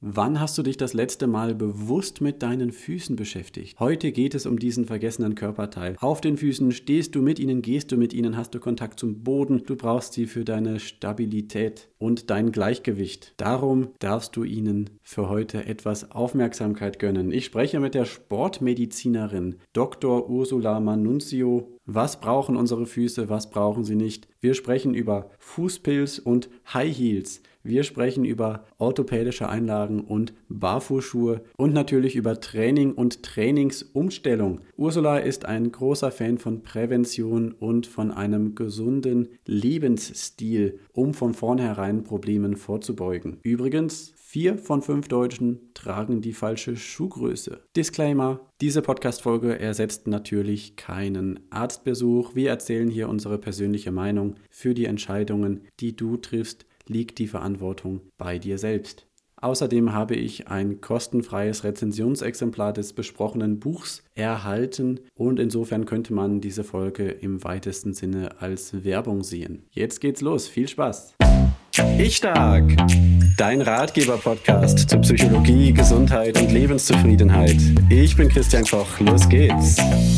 Wann hast du dich das letzte Mal bewusst mit deinen Füßen beschäftigt? Heute geht es um diesen vergessenen Körperteil. Auf den Füßen stehst du mit ihnen, gehst du mit ihnen, hast du Kontakt zum Boden. Du brauchst sie für deine Stabilität und dein Gleichgewicht. Darum darfst du ihnen für heute etwas Aufmerksamkeit gönnen. Ich spreche mit der Sportmedizinerin Dr. Ursula Manunzio. Was brauchen unsere Füße, was brauchen sie nicht? Wir sprechen über Fußpilz und High Heels. Wir sprechen über orthopädische Einlagen und Barfußschuhe und natürlich über Training und Trainingsumstellung. Ursula ist ein großer Fan von Prävention und von einem gesunden Lebensstil, um von vornherein Problemen vorzubeugen. Übrigens, 4 von 5 Deutschen tragen die falsche Schuhgröße. Disclaimer: Diese Podcast-Folge ersetzt natürlich keinen Arztbesuch. Wir erzählen hier unsere persönliche Meinung. Für die Entscheidungen, die du triffst, liegt die Verantwortung bei dir selbst. Außerdem habe ich ein kostenfreies Rezensionsexemplar des besprochenen Buchs erhalten und insofern könnte man diese Folge im weitesten Sinne als Werbung sehen. Jetzt geht's los, viel Spaß! Ich Stark, dein Ratgeber-Podcast zu Psychologie, Gesundheit und Lebenszufriedenheit. Ich bin Christian Koch, los geht's!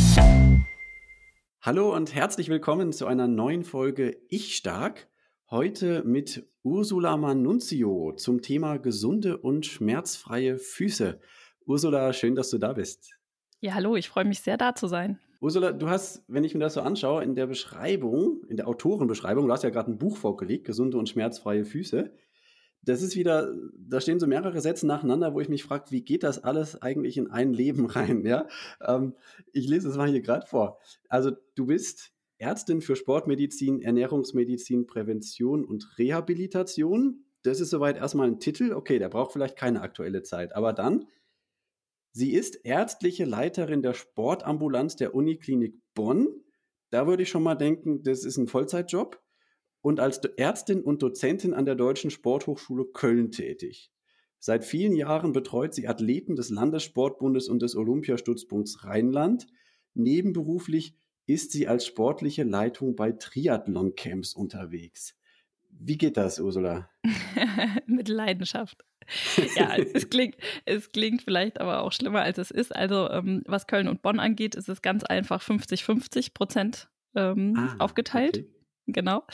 Hallo und herzlich willkommen zu einer neuen Folge Ich Stark. Heute mit Ursula Manunzio zum Thema gesunde und schmerzfreie Füße. Ursula, schön, dass du da bist. Ja, hallo, ich freue mich sehr, da zu sein. Ursula, du hast, wenn ich mir das so anschaue, in der Beschreibung, in der Autorenbeschreibung, du hast ja gerade ein Buch vorgelegt, Gesunde und schmerzfreie Füße. Das ist wieder, da stehen so mehrere Sätze nacheinander, wo ich mich frage, wie geht das alles eigentlich in ein Leben rein? Ja? Ich lese es mal hier gerade vor. Also du bist Ärztin für Sportmedizin, Ernährungsmedizin, Prävention und Rehabilitation. Das ist soweit erstmal ein Titel. Okay, der braucht vielleicht keine aktuelle Zeit. Aber dann, sie ist ärztliche Leiterin der Sportambulanz der Uniklinik Bonn. Da würde ich schon mal denken, das ist ein Vollzeitjob. Und als Ärztin und Dozentin an der Deutschen Sporthochschule Köln tätig. Seit vielen Jahren betreut sie Athleten des Landessportbundes und des Olympiastützpunkts Rheinland. Nebenberuflich ist sie als sportliche Leitung bei Triathlon-Camps unterwegs. Wie geht das, Ursula? Mit Leidenschaft. Ja, es klingt vielleicht aber auch schlimmer, als es ist. Also was Köln und Bonn angeht, ist es ganz einfach 50-50% aufgeteilt. Okay. Genau.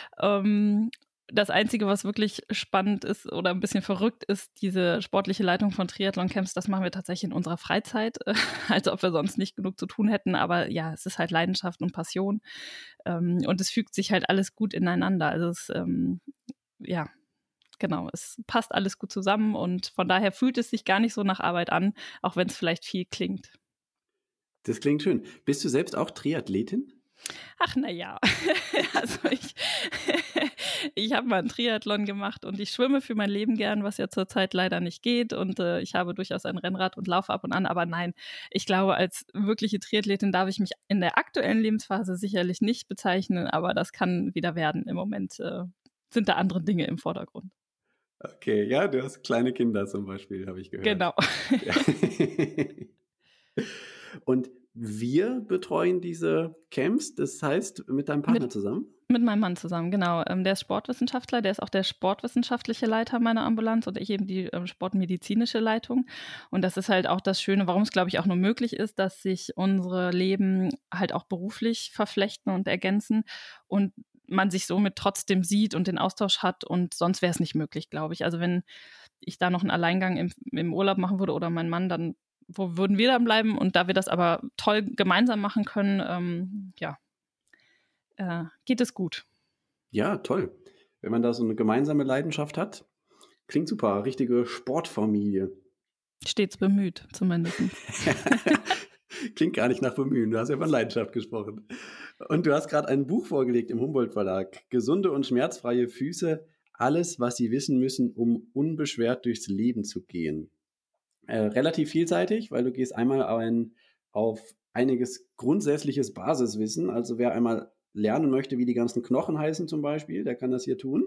Das Einzige, was wirklich spannend ist oder ein bisschen verrückt ist, diese sportliche Leitung von Triathlon-Camps, das machen wir tatsächlich in unserer Freizeit, als ob wir sonst nicht genug zu tun hätten. Aber ja, es ist halt Leidenschaft und Passion und es fügt sich halt alles gut ineinander. Also es, ja, genau, es passt alles gut zusammen und von daher fühlt es sich gar nicht so nach Arbeit an, auch wenn es vielleicht viel klingt. Das klingt schön. Bist du selbst auch Triathletin? Ach, naja, also ich habe mal einen Triathlon gemacht und ich schwimme für mein Leben gern, was ja zurzeit leider nicht geht und ich habe durchaus ein Rennrad und laufe ab und an, aber nein, ich glaube, als wirkliche Triathletin darf ich mich in der aktuellen Lebensphase sicherlich nicht bezeichnen, aber das kann wieder werden. Im Moment sind da andere Dinge im Vordergrund. Okay, ja, du hast kleine Kinder zum Beispiel, habe ich gehört. Genau. Ja. Und wir betreuen diese Camps, das heißt mit deinem Partner zusammen? Mit meinem Mann zusammen, genau. Der ist Sportwissenschaftler, der ist auch der sportwissenschaftliche Leiter meiner Ambulanz und ich eben die sportmedizinische Leitung. Und das ist halt auch das Schöne, warum es, glaube ich, auch nur möglich ist, dass sich unsere Leben halt auch beruflich verflechten und ergänzen und man sich somit trotzdem sieht und den Austausch hat und sonst wäre es nicht möglich, glaube ich. Also wenn ich da noch einen Alleingang im Urlaub machen würde oder mein Mann, dann wo würden wir dann bleiben? Und da wir das aber toll gemeinsam machen können, geht es gut. Ja, toll. Wenn man da so eine gemeinsame Leidenschaft hat, klingt super, richtige Sportfamilie. Stets bemüht, zumindest. Klingt gar nicht nach Bemühen, du hast ja von Leidenschaft gesprochen. Und du hast gerade ein Buch vorgelegt im Humboldt Verlag. Gesunde und schmerzfreie Füße, alles, was Sie wissen müssen, um unbeschwert durchs Leben zu gehen. Relativ vielseitig, weil du gehst einmal auf einiges grundsätzliches Basiswissen. Also wer einmal lernen möchte, wie die ganzen Knochen heißen zum Beispiel, der kann das hier tun.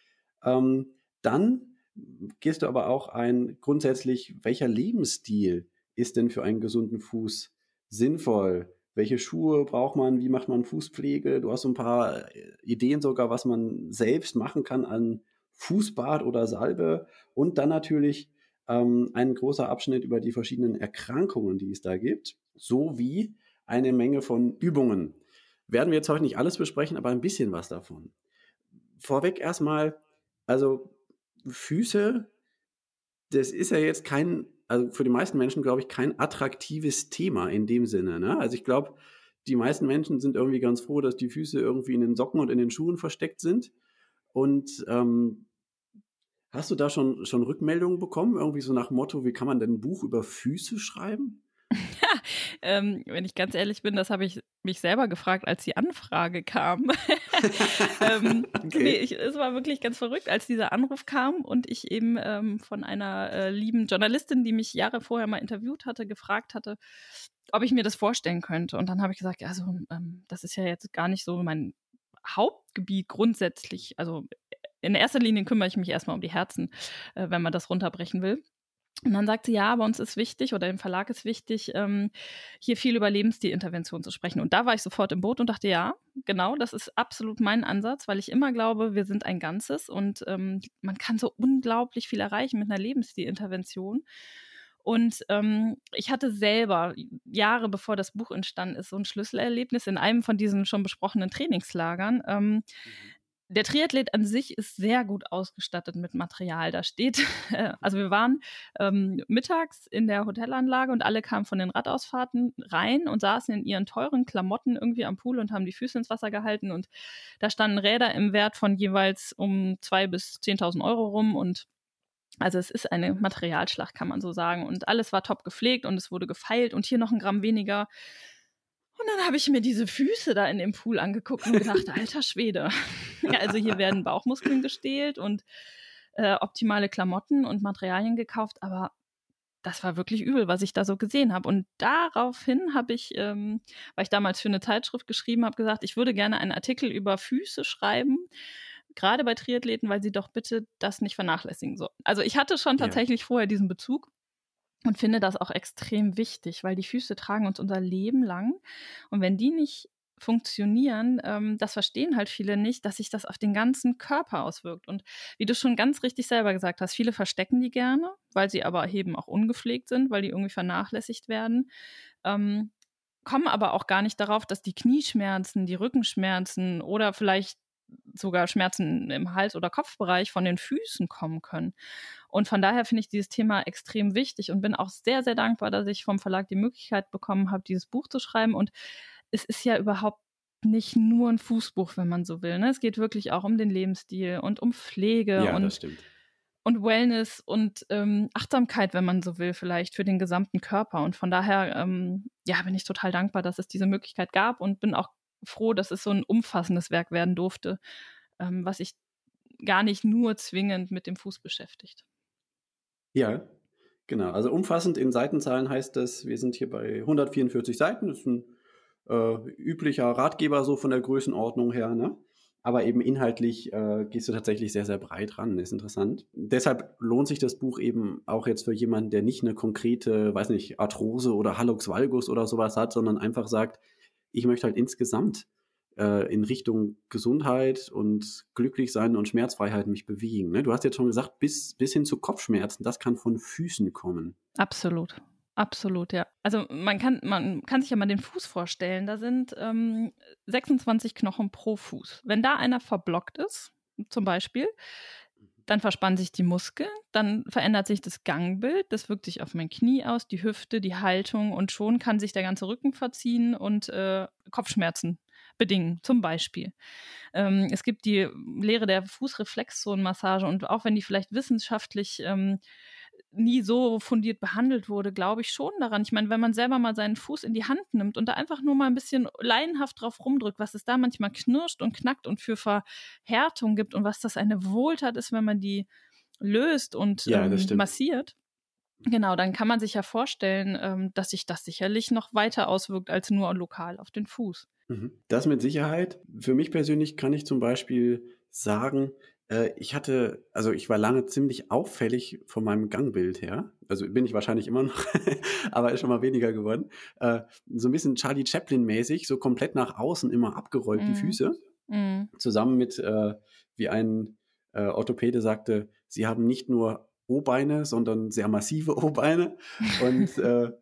Dann gehst du aber auch grundsätzlich, welcher Lebensstil ist denn für einen gesunden Fuß sinnvoll? Welche Schuhe braucht man? Wie macht man Fußpflege? Du hast so ein paar Ideen sogar, was man selbst machen kann an Fußbad oder Salbe. Und dann natürlich ein großer Abschnitt über die verschiedenen Erkrankungen, die es da gibt, sowie eine Menge von Übungen. Werden wir jetzt heute nicht alles besprechen, aber ein bisschen was davon. Vorweg erstmal, also Füße, das ist ja jetzt also für die meisten Menschen, glaube ich, kein attraktives Thema in dem Sinne. Ne? Also ich glaube, die meisten Menschen sind irgendwie ganz froh, dass die Füße irgendwie in den Socken und in den Schuhen versteckt sind. Und hast du da schon Rückmeldungen bekommen? Irgendwie so nach Motto, wie kann man denn ein Buch über Füße schreiben? Wenn ich ganz ehrlich bin, das habe ich mich selber gefragt, als die Anfrage kam. Okay. Es war wirklich ganz verrückt, als dieser Anruf kam und ich eben von einer lieben Journalistin, die mich Jahre vorher mal interviewt hatte, gefragt hatte, ob ich mir das vorstellen könnte. Und dann habe ich gesagt, also das ist ja jetzt gar nicht so mein Hauptgebiet grundsätzlich. Also in erster Linie kümmere ich mich erstmal um die Herzen, wenn man das runterbrechen will. Und dann sagt sie, ja, bei uns ist wichtig oder im Verlag ist wichtig, hier viel über Lebensstilintervention zu sprechen. Und da war ich sofort im Boot und dachte, ja, genau, das ist absolut mein Ansatz, weil ich immer glaube, wir sind ein Ganzes und man kann so unglaublich viel erreichen mit einer Lebensstilintervention. Und ich hatte selber Jahre bevor das Buch entstanden ist, so ein Schlüsselerlebnis in einem von diesen schon besprochenen Trainingslagern. Der Triathlet an sich ist sehr gut ausgestattet mit Material. Da steht, also wir waren mittags in der Hotelanlage und alle kamen von den Radausfahrten rein und saßen in ihren teuren Klamotten irgendwie am Pool und haben die Füße ins Wasser gehalten. Und da standen Räder im Wert von jeweils um 2.000 bis 10.000 Euro rum. Und also es ist eine Materialschlacht, kann man so sagen. Und alles war top gepflegt und es wurde gefeilt und hier noch ein Gramm weniger. Und dann habe ich mir diese Füße da in dem Pool angeguckt und gedacht, alter Schwede. Also hier werden Bauchmuskeln gestählt und optimale Klamotten und Materialien gekauft, aber das war wirklich übel, was ich da so gesehen habe. Und daraufhin habe ich, weil ich damals für eine Zeitschrift geschrieben habe, gesagt, ich würde gerne einen Artikel über Füße schreiben, gerade bei Triathleten, weil sie doch bitte das nicht vernachlässigen sollten. Also ich hatte schon Ja. tatsächlich vorher diesen Bezug und finde das auch extrem wichtig, weil die Füße tragen uns unser Leben lang. Und wenn die nicht funktionieren, das verstehen halt viele nicht, dass sich das auf den ganzen Körper auswirkt. Und wie du schon ganz richtig selber gesagt hast, viele verstecken die gerne, weil sie aber eben auch ungepflegt sind, weil die irgendwie vernachlässigt werden. Kommen aber auch gar nicht darauf, dass die Knieschmerzen, die Rückenschmerzen oder vielleicht sogar Schmerzen im Hals- oder Kopfbereich von den Füßen kommen können. Und von daher finde ich dieses Thema extrem wichtig und bin auch sehr, sehr dankbar, dass ich vom Verlag die Möglichkeit bekommen habe, dieses Buch zu schreiben. Und es ist ja überhaupt nicht nur ein Fußbuch, wenn man so will. Ne? Es geht wirklich auch um den Lebensstil und um Pflege Ja, das stimmt. und Wellness und Achtsamkeit, wenn man so will, vielleicht für den gesamten Körper. Und von daher ja, bin ich total dankbar, dass es diese Möglichkeit gab und bin auch froh, dass es so ein umfassendes Werk werden durfte, was sich gar nicht nur zwingend mit dem Fuß beschäftigt. Ja, genau. Also umfassend in Seitenzahlen heißt das, wir sind hier bei 144 Seiten. Das ist ein üblicher Ratgeber so von der Größenordnung her, ne? Aber eben inhaltlich gehst du tatsächlich sehr, sehr breit ran. Ist interessant. Deshalb lohnt sich das Buch eben auch jetzt für jemanden, der nicht eine konkrete, weiß nicht, Arthrose oder Hallux valgus oder sowas hat, sondern einfach sagt, ich möchte halt insgesamt in Richtung Gesundheit und glücklich sein und Schmerzfreiheit mich bewegen. Ne? Du hast jetzt schon gesagt, bis hin zu Kopfschmerzen, das kann von Füßen kommen. Absolut. Absolut, ja. Also man kann sich ja mal den Fuß vorstellen. Da sind 26 Knochen pro Fuß. Wenn da einer verblockt ist, zum Beispiel, dann verspannen sich die Muskeln, dann verändert sich das Gangbild, das wirkt sich auf mein Knie aus, die Hüfte, die Haltung und schon kann sich der ganze Rücken verziehen und Kopfschmerzen bedingen, zum Beispiel. Es gibt die Lehre der Fußreflexzonenmassage und auch wenn die vielleicht wissenschaftlich nie so fundiert behandelt wurde, glaube ich schon daran. Ich meine, wenn man selber mal seinen Fuß in die Hand nimmt und da einfach nur mal ein bisschen laienhaft drauf rumdrückt, was es da manchmal knirscht und knackt und für Verhärtung gibt und was das eine Wohltat ist, wenn man die löst und Ja, das stimmt. massiert. Genau, dann kann man sich ja vorstellen, dass sich das sicherlich noch weiter auswirkt als nur lokal auf den Fuß. Das mit Sicherheit. Für mich persönlich kann ich zum Beispiel sagen, ich war lange ziemlich auffällig von meinem Gangbild her. Also bin ich wahrscheinlich immer noch, aber ist schon mal weniger geworden. So ein bisschen Charlie Chaplin-mäßig, so komplett nach außen immer abgerollt, die Füße. Zusammen mit, wie ein Orthopäde sagte, sie haben nicht nur O-Beine, sondern sehr massive O-Beine. Und,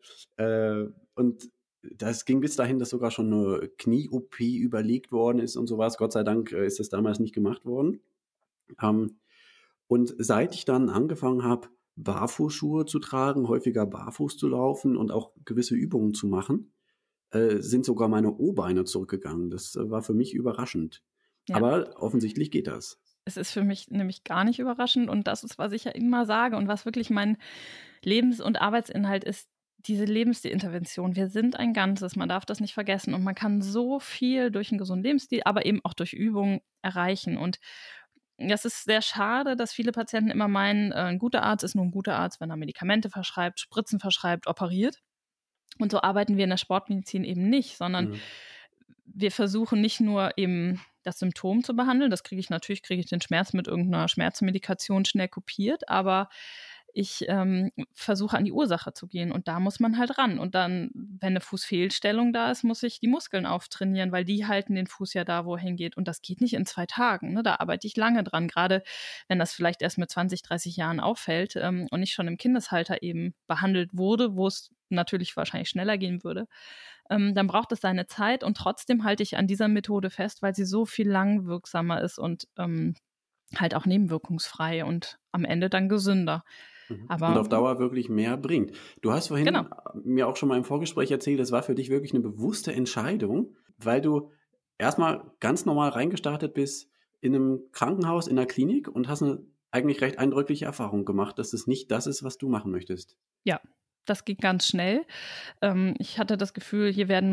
und das ging bis dahin, dass sogar schon eine Knie-OP überlegt worden ist und sowas. Gott sei Dank ist das damals nicht gemacht worden. Ähm, und seit ich dann angefangen habe, Barfußschuhe zu tragen, häufiger barfuß zu laufen und auch gewisse Übungen zu machen, sind sogar meine O-Beine zurückgegangen. Das war für mich überraschend. Ja. Aber offensichtlich geht das. Es ist für mich nämlich gar nicht überraschend und das ist, was ich ja immer sage und was wirklich mein Lebens- und Arbeitsinhalt ist, diese Lebensstilintervention. Wir sind ein Ganzes, man darf das nicht vergessen und man kann so viel durch einen gesunden Lebensstil, aber eben auch durch Übung erreichen. Und das ist sehr schade, dass viele Patienten immer meinen, ein guter Arzt ist nur ein guter Arzt, wenn er Medikamente verschreibt, Spritzen verschreibt, operiert. Und so arbeiten wir in der Sportmedizin eben nicht, sondern wir versuchen nicht nur eben das Symptom zu behandeln. Das kriege ich den Schmerz mit irgendeiner Schmerzmedikation schnell kopiert, aber ich versuche an die Ursache zu gehen und da muss man halt ran. Und dann, wenn eine Fußfehlstellung da ist, muss ich die Muskeln auftrainieren, weil die halten den Fuß ja da, wo er hingeht. Und das geht nicht in 2 Tagen. Ne? Da arbeite ich lange dran, gerade wenn das vielleicht erst mit 20, 30 Jahren auffällt und nicht schon im Kindesalter eben behandelt wurde, wo es natürlich wahrscheinlich schneller gehen würde. Dann braucht es seine Zeit und trotzdem halte ich an dieser Methode fest, weil sie so viel langwirksamer ist und halt auch nebenwirkungsfrei und am Ende dann gesünder. Aber und auf Dauer wirklich mehr bringt. Du hast vorhin Genau. mir auch schon mal im Vorgespräch erzählt, das war für dich wirklich eine bewusste Entscheidung, weil du erstmal ganz normal reingestartet bist in einem Krankenhaus, in einer Klinik und hast eine eigentlich recht eindrückliche Erfahrung gemacht, dass es nicht das ist, was du machen möchtest. Ja, das ging ganz schnell. Ich hatte das Gefühl, hier werden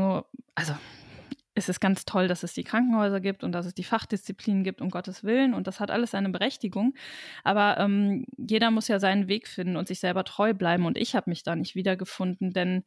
es ist ganz toll, dass es die Krankenhäuser gibt und dass es die Fachdisziplinen gibt, um Gottes Willen. Und das hat alles seine Berechtigung. Aber jeder muss ja seinen Weg finden und sich selber treu bleiben. Und ich habe mich da nicht wiedergefunden, denn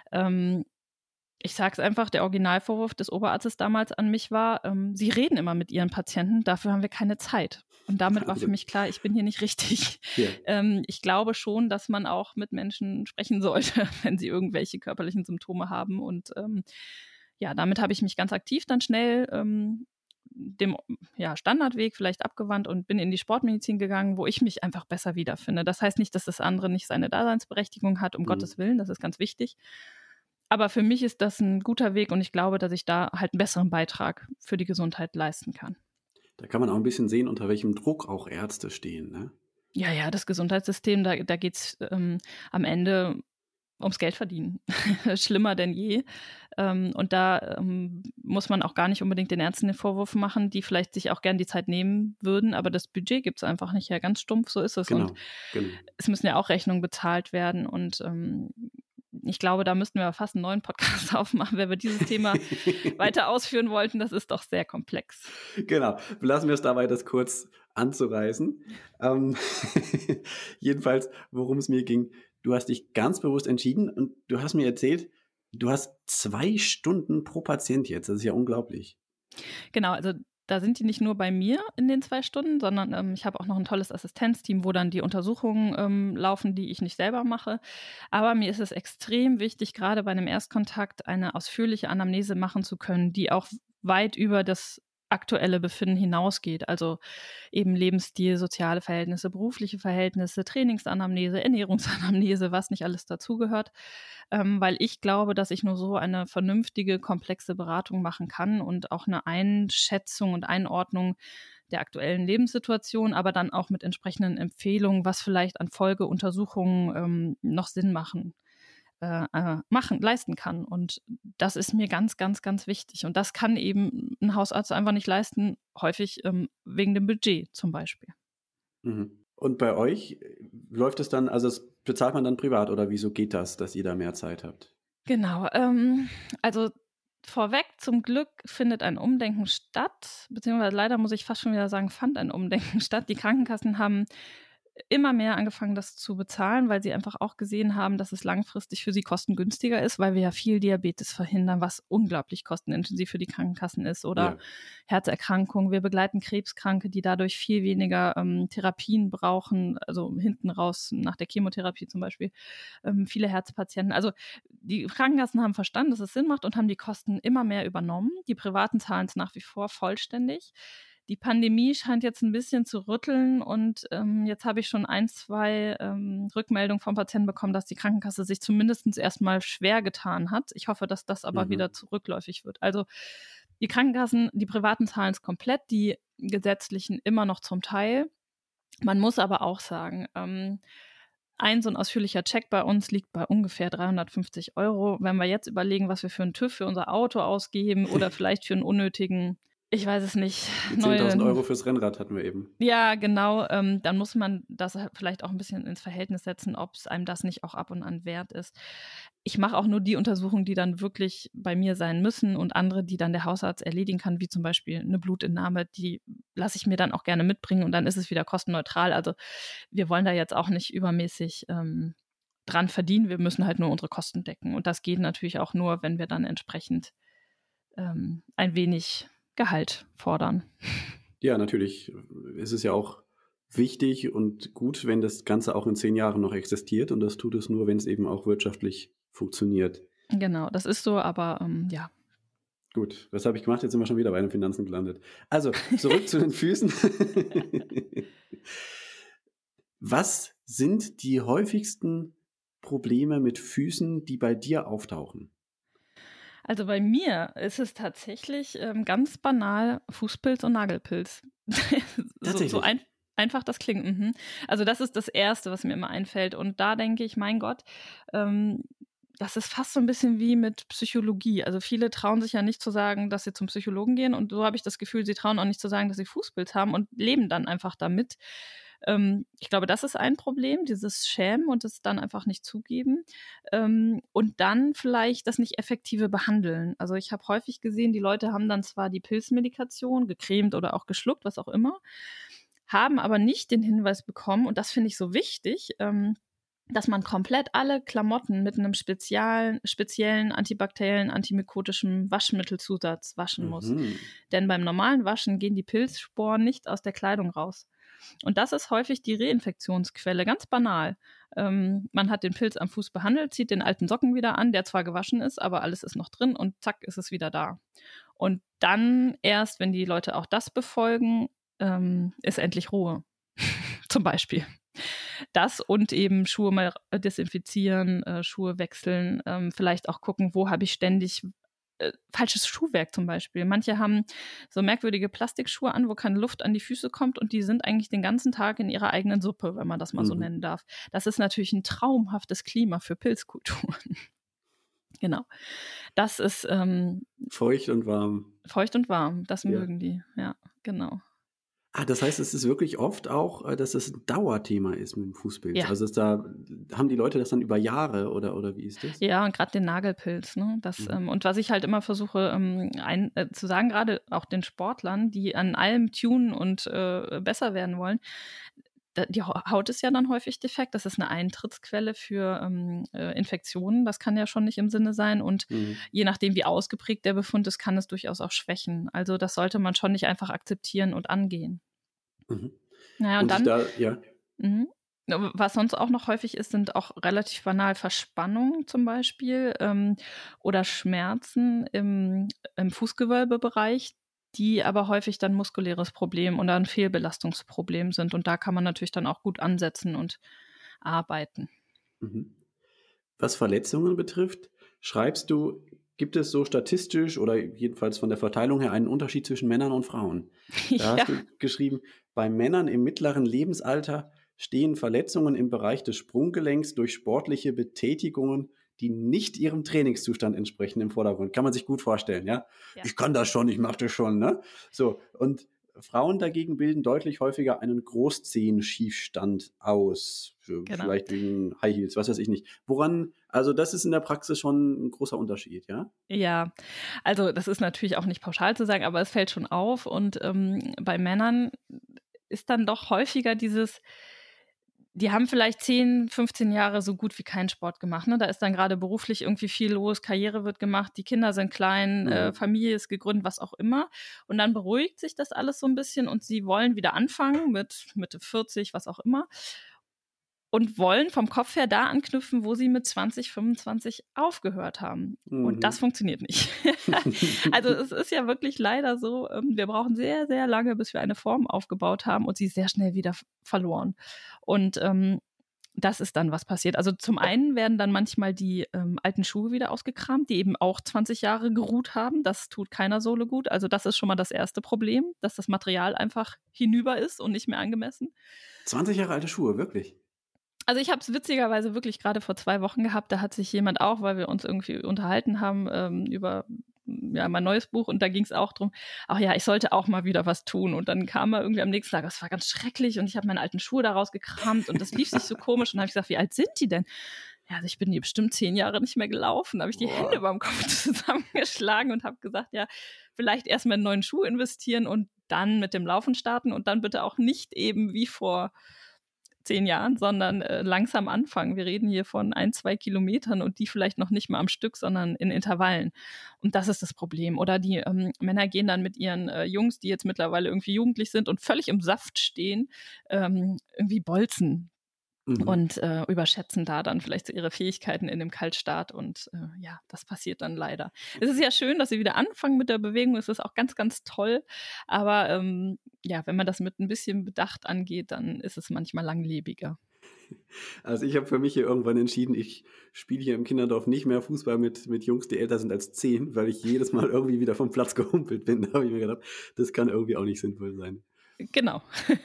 ich sage es einfach, der Originalvorwurf des Oberarztes damals an mich war, Sie reden immer mit Ihren Patienten, dafür haben wir keine Zeit. Und damit war für mich klar, ich bin hier nicht richtig. Ja. Ich glaube schon, dass man auch mit Menschen sprechen sollte, wenn sie irgendwelche körperlichen Symptome haben. Und damit habe ich mich ganz aktiv dann schnell dem Standardweg vielleicht abgewandt und bin in die Sportmedizin gegangen, wo ich mich einfach besser wiederfinde. Das heißt nicht, dass das andere nicht seine Daseinsberechtigung hat, um Gottes Willen, das ist ganz wichtig. Aber für mich ist das ein guter Weg und ich glaube, dass ich da halt einen besseren Beitrag für die Gesundheit leisten kann. Da kann man auch ein bisschen sehen, unter welchem Druck auch Ärzte stehen, ne? Ja, das Gesundheitssystem, da geht es am Ende ums Geld verdienen. Schlimmer denn je. Und da muss man auch gar nicht unbedingt den Ärzten den Vorwurf machen, die vielleicht sich auch gern die Zeit nehmen würden, aber das Budget gibt es einfach nicht. Ja, ganz stumpf, so ist es. Genau. Und es müssen ja auch Rechnungen bezahlt werden und ich glaube, da müssten wir fast einen neuen Podcast aufmachen, wenn wir dieses Thema weiter ausführen wollten. Das ist doch sehr komplex. Genau, belassen wir es dabei, das kurz anzureißen. Jedenfalls, worum es mir ging, du hast dich ganz bewusst entschieden und du hast mir erzählt, du hast 2 Stunden pro Patient jetzt. Das ist ja unglaublich. Genau, also da sind die nicht nur bei mir in den 2 Stunden, sondern ich habe auch noch ein tolles Assistenzteam, wo dann die Untersuchungen laufen, die ich nicht selber mache. Aber mir ist es extrem wichtig, gerade bei einem Erstkontakt eine ausführliche Anamnese machen zu können, die auch weit über das aktuelle Befinden hinausgeht. Also eben Lebensstil, soziale Verhältnisse, berufliche Verhältnisse, Trainingsanamnese, Ernährungsanamnese, was nicht alles dazugehört. Weil ich glaube, dass ich nur so eine vernünftige, komplexe Beratung machen kann und auch eine Einschätzung und Einordnung der aktuellen Lebenssituation, aber dann auch mit entsprechenden Empfehlungen, was vielleicht an Folgeuntersuchungen noch Sinn leisten kann. Und das ist mir ganz, ganz, ganz wichtig. Und das kann eben ein Hausarzt einfach nicht leisten, häufig wegen dem Budget zum Beispiel. Und bei euch läuft es dann, also das bezahlt man dann privat oder wieso geht das, dass ihr da mehr Zeit habt? Genau, also vorweg, zum Glück findet ein Umdenken statt, beziehungsweise leider muss ich fast schon wieder sagen, fand ein Umdenken statt. Die Krankenkassen haben immer mehr angefangen, das zu bezahlen, weil sie einfach auch gesehen haben, dass es langfristig für sie kostengünstiger ist, weil wir ja viel Diabetes verhindern, was unglaublich kostenintensiv für die Krankenkassen ist, oder Herzerkrankungen. Wir begleiten Krebskranke, die dadurch viel weniger Therapien brauchen, also hinten raus nach der Chemotherapie zum Beispiel, viele Herzpatienten. Also die Krankenkassen haben verstanden, dass es Sinn macht und haben die Kosten immer mehr übernommen. Die Privaten zahlen es nach wie vor vollständig. Die Pandemie scheint jetzt ein bisschen zu rütteln und jetzt habe ich schon 1, 2 Rückmeldungen vom Patienten bekommen, dass die Krankenkasse sich zumindest erstmal schwer getan hat. Ich hoffe, dass das aber wieder zurückläufig wird. Also die Krankenkassen, die privaten zahlen es komplett, die gesetzlichen immer noch zum Teil. Man muss aber auch sagen, so ein ausführlicher Check bei uns liegt bei ungefähr 350 €. Wenn wir jetzt überlegen, was wir für einen TÜV für unser Auto ausgeben oder vielleicht für einen unnötigen, ich weiß es nicht. Die 10.000 € fürs Rennrad hatten wir eben. Ja, genau. Dann muss man das vielleicht auch ein bisschen ins Verhältnis setzen, ob es einem das nicht auch ab und an wert ist. Ich mache auch nur die Untersuchungen, die dann wirklich bei mir sein müssen und andere, die dann der Hausarzt erledigen kann, wie zum Beispiel eine Blutentnahme, die lasse ich mir dann auch gerne mitbringen und dann ist es wieder kostenneutral. Also wir wollen da jetzt auch nicht übermäßig dran verdienen. Wir müssen halt nur unsere Kosten decken. Und das geht natürlich auch nur, wenn wir dann entsprechend ein wenig Gehalt fordern. Ja, natürlich ist es ja auch wichtig und gut, wenn das Ganze auch in 10 Jahren noch existiert. Und das tut es nur, wenn es eben auch wirtschaftlich funktioniert. Genau, das ist so, aber ja. Gut, was habe ich gemacht? Jetzt sind wir schon wieder bei den Finanzen gelandet. Also, zurück zu den Füßen. Was sind die häufigsten Probleme mit Füßen, die bei dir auftauchen? Also bei mir ist es tatsächlich ganz banal Fußpilz und Nagelpilz. so einfach das klingt. Mhm. Also das ist das Erste, was mir immer einfällt. Und da denke ich, mein Gott, das ist fast so ein bisschen wie mit Psychologie. Also viele trauen sich ja nicht zu sagen, dass sie zum Psychologen gehen. Und so habe ich das Gefühl, sie trauen auch nicht zu sagen, dass sie Fußpilz haben und leben dann einfach damit. Ich glaube, das ist ein Problem, dieses Schämen und es dann einfach nicht zugeben. Und dann vielleicht das nicht effektive Behandeln. Also ich habe häufig gesehen, die Leute haben dann zwar die Pilzmedikation gecremt oder auch geschluckt, was auch immer, haben aber nicht den Hinweis bekommen, und das finde ich so wichtig, dass man komplett alle Klamotten mit einem speziellen antibakteriellen, antimykotischen Waschmittelzusatz waschen muss. Denn beim normalen Waschen gehen die Pilzsporen nicht aus der Kleidung raus. Und das ist häufig die Reinfektionsquelle, ganz banal. Man hat den Pilz am Fuß behandelt, zieht den alten Socken wieder an, der zwar gewaschen ist, aber alles ist noch drin und zack, ist es wieder da. Und dann erst, wenn die Leute auch das befolgen, ist endlich Ruhe. Zum Beispiel. Das und eben Schuhe mal desinfizieren, Schuhe wechseln, vielleicht auch gucken, wo habe ich ständig falsches Schuhwerk zum Beispiel. Manche haben so merkwürdige Plastikschuhe an, wo keine Luft an die Füße kommt und die sind eigentlich den ganzen Tag in ihrer eigenen Suppe, wenn man das mal so nennen darf. Das ist natürlich ein traumhaftes Klima für Pilzkulturen. Genau. Das ist feucht und warm. Feucht und warm, das mögen die, ja, genau. Das heißt, es ist wirklich oft auch, dass es ein Dauerthema ist mit dem Fußpilz. Ja. Also haben die Leute das dann über Jahre oder wie ist das? Ja, und gerade den Nagelpilz. Ne? Und was ich halt immer versuche zu sagen, gerade auch den Sportlern, die an allem tunen und besser werden wollen, die Haut ist ja dann häufig defekt. Das ist eine Eintrittsquelle für Infektionen. Das kann ja schon nicht im Sinne sein. Und je nachdem, wie ausgeprägt der Befund ist, kann es durchaus auch schwächen. Also das sollte man schon nicht einfach akzeptieren und angehen. Naja, und dann, was sonst auch noch häufig ist, sind auch relativ banal Verspannungen zum Beispiel oder Schmerzen im Fußgewölbebereich, die aber häufig dann muskuläres Problem oder ein Fehlbelastungsproblem sind. Und da kann man natürlich dann auch gut ansetzen und arbeiten. Was Verletzungen betrifft, schreibst du, gibt es so statistisch oder jedenfalls von der Verteilung her einen Unterschied zwischen Männern und Frauen? Da hast du geschrieben, bei Männern im mittleren Lebensalter stehen Verletzungen im Bereich des Sprunggelenks durch sportliche Betätigungen, die nicht ihrem Trainingszustand entsprechen, im Vordergrund. Kann man sich gut vorstellen, ja? Ich kann das schon, ich mache das schon, ne? So, und Frauen dagegen bilden deutlich häufiger einen Großzehenschiefstand aus. Vielleicht wegen High Heels, was weiß ich nicht. Also das ist in der Praxis schon ein großer Unterschied, ja? Ja, also das ist natürlich auch nicht pauschal zu sagen, aber es fällt schon auf. Und bei Männern ist dann doch häufiger die haben vielleicht 10, 15 Jahre so gut wie keinen Sport gemacht. Ne? Da ist dann gerade beruflich irgendwie viel los, Karriere wird gemacht, die Kinder sind klein, Familie ist gegründet, was auch immer. Und dann beruhigt sich das alles so ein bisschen und sie wollen wieder anfangen mit Mitte 40, was auch immer. und wollen vom Kopf her da anknüpfen, wo sie mit 20, 25 aufgehört haben. Und das funktioniert nicht. Also es ist ja wirklich leider so, wir brauchen sehr, sehr lange, bis wir eine Form aufgebaut haben und sie ist sehr schnell wieder verloren. Und das ist dann, was passiert. Also zum einen werden dann manchmal die alten Schuhe wieder ausgekramt, die eben auch 20 Jahre geruht haben. Das tut keiner Sohle gut. Also das ist schon mal das erste Problem, dass das Material einfach hinüber ist und nicht mehr angemessen. 20 Jahre alte Schuhe, wirklich? Also ich habe es witzigerweise wirklich gerade vor 2 Wochen gehabt. Da hat sich jemand auch, weil wir uns irgendwie unterhalten haben über mein neues Buch und da ging es auch drum, ach ja, ich sollte auch mal wieder was tun. Und dann kam er irgendwie am nächsten Tag, das war ganz schrecklich und ich habe meine alten Schuhe da rausgekramt und das lief sich so komisch und dann habe ich gesagt, wie alt sind die denn? Ja, also ich bin die bestimmt 10 Jahre nicht mehr gelaufen. Da habe ich die Hände über dem Kopf zusammengeschlagen und habe gesagt, ja, vielleicht erstmal in einen neuen Schuh investieren und dann mit dem Laufen starten und dann bitte auch nicht eben wie vor 10 Jahren, sondern langsam anfangen. Wir reden hier von 1, 2 Kilometern und die vielleicht noch nicht mal am Stück, sondern in Intervallen. Und das ist das Problem. Oder die Männer gehen dann mit ihren Jungs, die jetzt mittlerweile irgendwie jugendlich sind und völlig im Saft stehen, irgendwie bolzen. Und überschätzen da dann vielleicht so ihre Fähigkeiten in dem Kaltstart und ja, das passiert dann leider. Es ist ja schön, dass sie wieder anfangen mit der Bewegung, es ist auch ganz, ganz toll, aber ja, wenn man das mit ein bisschen Bedacht angeht, dann ist es manchmal langlebiger. Also ich habe für mich hier irgendwann entschieden, ich spiele hier im Kinderdorf nicht mehr Fußball mit Jungs, die älter sind als 10, weil ich jedes Mal irgendwie wieder vom Platz gehumpelt bin. Da habe ich mir gedacht, das kann irgendwie auch nicht sinnvoll sein. Genau.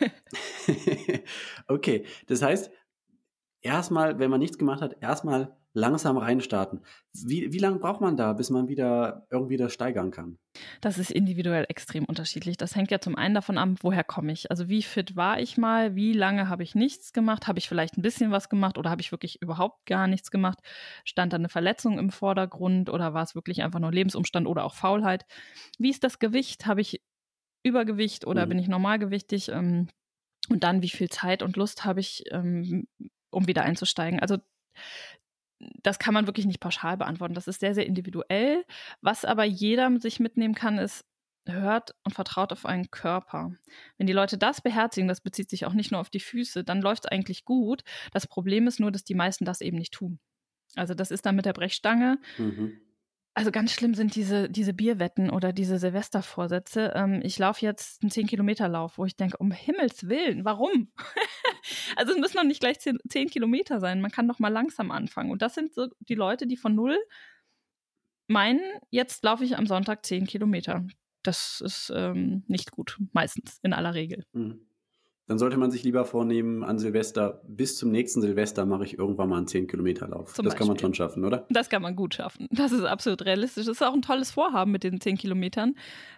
Okay, das heißt, erstmal, wenn man nichts gemacht hat, erstmal langsam reinstarten. Wie lange braucht man da, bis man wieder irgendwie das steigern kann? Das ist individuell extrem unterschiedlich. Das hängt ja zum einen davon ab, woher komme ich? Also wie fit war ich mal? Wie lange habe ich nichts gemacht? Habe ich vielleicht ein bisschen was gemacht oder habe ich wirklich überhaupt gar nichts gemacht? Stand da eine Verletzung im Vordergrund oder war es wirklich einfach nur Lebensumstand oder auch Faulheit? Wie ist das Gewicht? Habe ich Übergewicht oder bin ich normalgewichtig? Und dann, wie viel Zeit und Lust habe ich, um wieder einzusteigen? Also das kann man wirklich nicht pauschal beantworten. Das ist sehr, sehr individuell. Was aber jeder sich mitnehmen kann, ist, hört und vertraut auf euren Körper. Wenn die Leute das beherzigen, das bezieht sich auch nicht nur auf die Füße, dann läuft es eigentlich gut. Das Problem ist nur, dass die meisten das eben nicht tun. Also das ist dann mit der Brechstange. Also ganz schlimm sind diese Bierwetten oder diese Silvestervorsätze. Ich laufe jetzt einen 10-Kilometer-Lauf, wo ich denke, um Himmels Willen, warum? Also es müssen noch nicht gleich 10 Kilometer sein. Man kann doch mal langsam anfangen. Und das sind so die Leute, die von 0 meinen, jetzt laufe ich am Sonntag 10 Kilometer. Das ist nicht gut, meistens, in aller Regel. Dann sollte man sich lieber vornehmen, an Silvester, bis zum nächsten Silvester mache ich irgendwann mal einen 10-Kilometer-Lauf. Das kann man schon schaffen, oder? Das kann man gut schaffen. Das ist absolut realistisch. Das ist auch ein tolles Vorhaben mit den 10 Kilometern.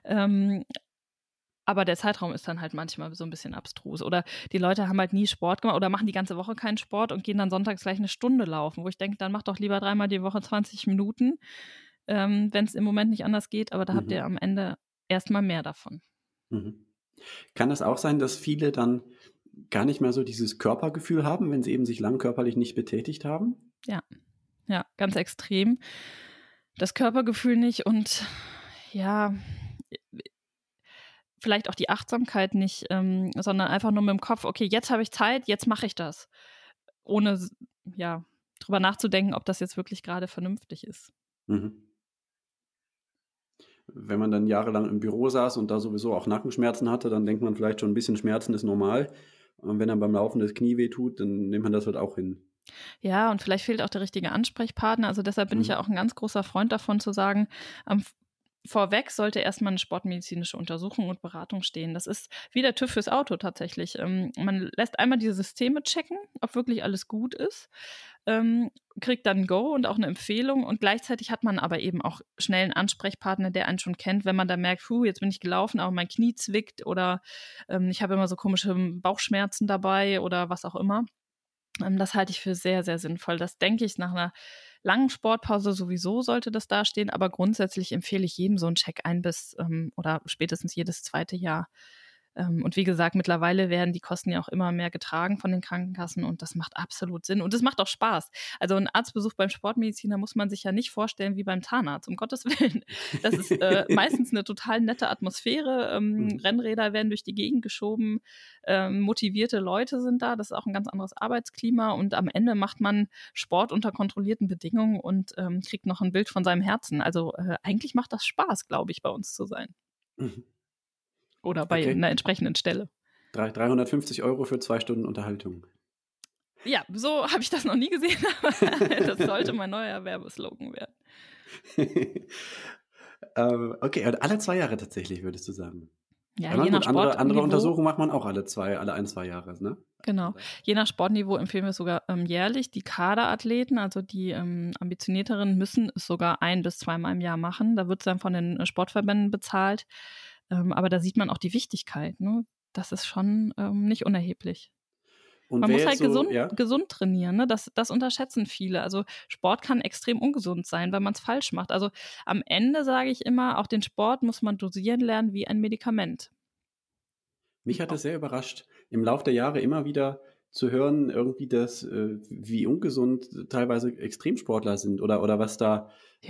Aber der Zeitraum ist dann halt manchmal so ein bisschen abstrus. Oder die Leute haben halt nie Sport gemacht oder machen die ganze Woche keinen Sport und gehen dann sonntags gleich eine Stunde laufen, wo ich denke, dann macht doch lieber 3-mal die Woche 20 Minuten, wenn es im Moment nicht anders geht. Aber da habt ihr am Ende erstmal mehr davon. Kann es auch sein, dass viele dann gar nicht mehr so dieses Körpergefühl haben, wenn sie eben sich lang körperlich nicht betätigt haben? Ja, ganz extrem. Das Körpergefühl nicht und ja, vielleicht auch die Achtsamkeit nicht, sondern einfach nur mit dem Kopf, okay, jetzt habe ich Zeit, jetzt mache ich das. Ohne drüber nachzudenken, ob das jetzt wirklich gerade vernünftig ist. Wenn man dann jahrelang im Büro saß und da sowieso auch Nackenschmerzen hatte, dann denkt man vielleicht schon ein bisschen Schmerzen ist normal. Und wenn dann beim Laufen das Knie weh tut, dann nimmt man das halt auch hin. Ja, und vielleicht fehlt auch der richtige Ansprechpartner. Also deshalb bin ich ja auch ein ganz großer Freund davon zu sagen, vorweg sollte erstmal eine sportmedizinische Untersuchung und Beratung stehen. Das ist wie der TÜV fürs Auto tatsächlich. Man lässt einmal diese Systeme checken, ob wirklich alles gut ist, kriegt dann ein Go und auch eine Empfehlung und gleichzeitig hat man aber eben auch schnell einen Ansprechpartner, der einen schon kennt, wenn man da merkt, jetzt bin ich gelaufen, aber mein Knie zwickt oder ich habe immer so komische Bauchschmerzen dabei oder was auch immer. Das halte ich für sehr, sehr sinnvoll. Das denke ich nach einer langen Sportpause sowieso sollte das dastehen, aber grundsätzlich empfehle ich jedem so einen Check 1 bis oder spätestens jedes 2. Jahr Und wie gesagt, mittlerweile werden die Kosten ja auch immer mehr getragen von den Krankenkassen und das macht absolut Sinn. Und es macht auch Spaß. Also ein Arztbesuch beim Sportmediziner muss man sich ja nicht vorstellen wie beim Zahnarzt, um Gottes Willen. Das ist meistens eine total nette Atmosphäre. Rennräder werden durch die Gegend geschoben, motivierte Leute sind da, das ist auch ein ganz anderes Arbeitsklima und am Ende macht man Sport unter kontrollierten Bedingungen und kriegt noch ein Bild von seinem Herzen. Also eigentlich macht das Spaß, glaube ich, bei uns zu sein. Oder bei einer entsprechenden Stelle. 350 € für 2 Stunden Unterhaltung. Ja, so habe ich das noch nie gesehen, aber das sollte mein neuer Werbeslogan werden. Okay, und alle 2 Jahre tatsächlich, würdest du sagen? Ja, je nach Sportniveau. Andere Untersuchungen macht man auch alle 1-2 Jahre, ne? Genau. Je nach Sportniveau empfehlen wir es sogar jährlich. Die Kaderathleten, also die ambitionierteren, müssen es sogar 1- bis 2-mal im Jahr machen. Da wird es dann von den Sportverbänden bezahlt. Aber da sieht man auch die Wichtigkeit. Ne? Das ist schon nicht unerheblich. Und man muss halt gesund trainieren. Ne? Das unterschätzen viele. Also Sport kann extrem ungesund sein, weil man es falsch macht. Also am Ende sage ich immer, auch den Sport muss man dosieren lernen wie ein Medikament. Mich hat es sehr überrascht, im Laufe der Jahre immer wieder zu hören, irgendwie, dass wie ungesund teilweise Extremsportler sind oder was da,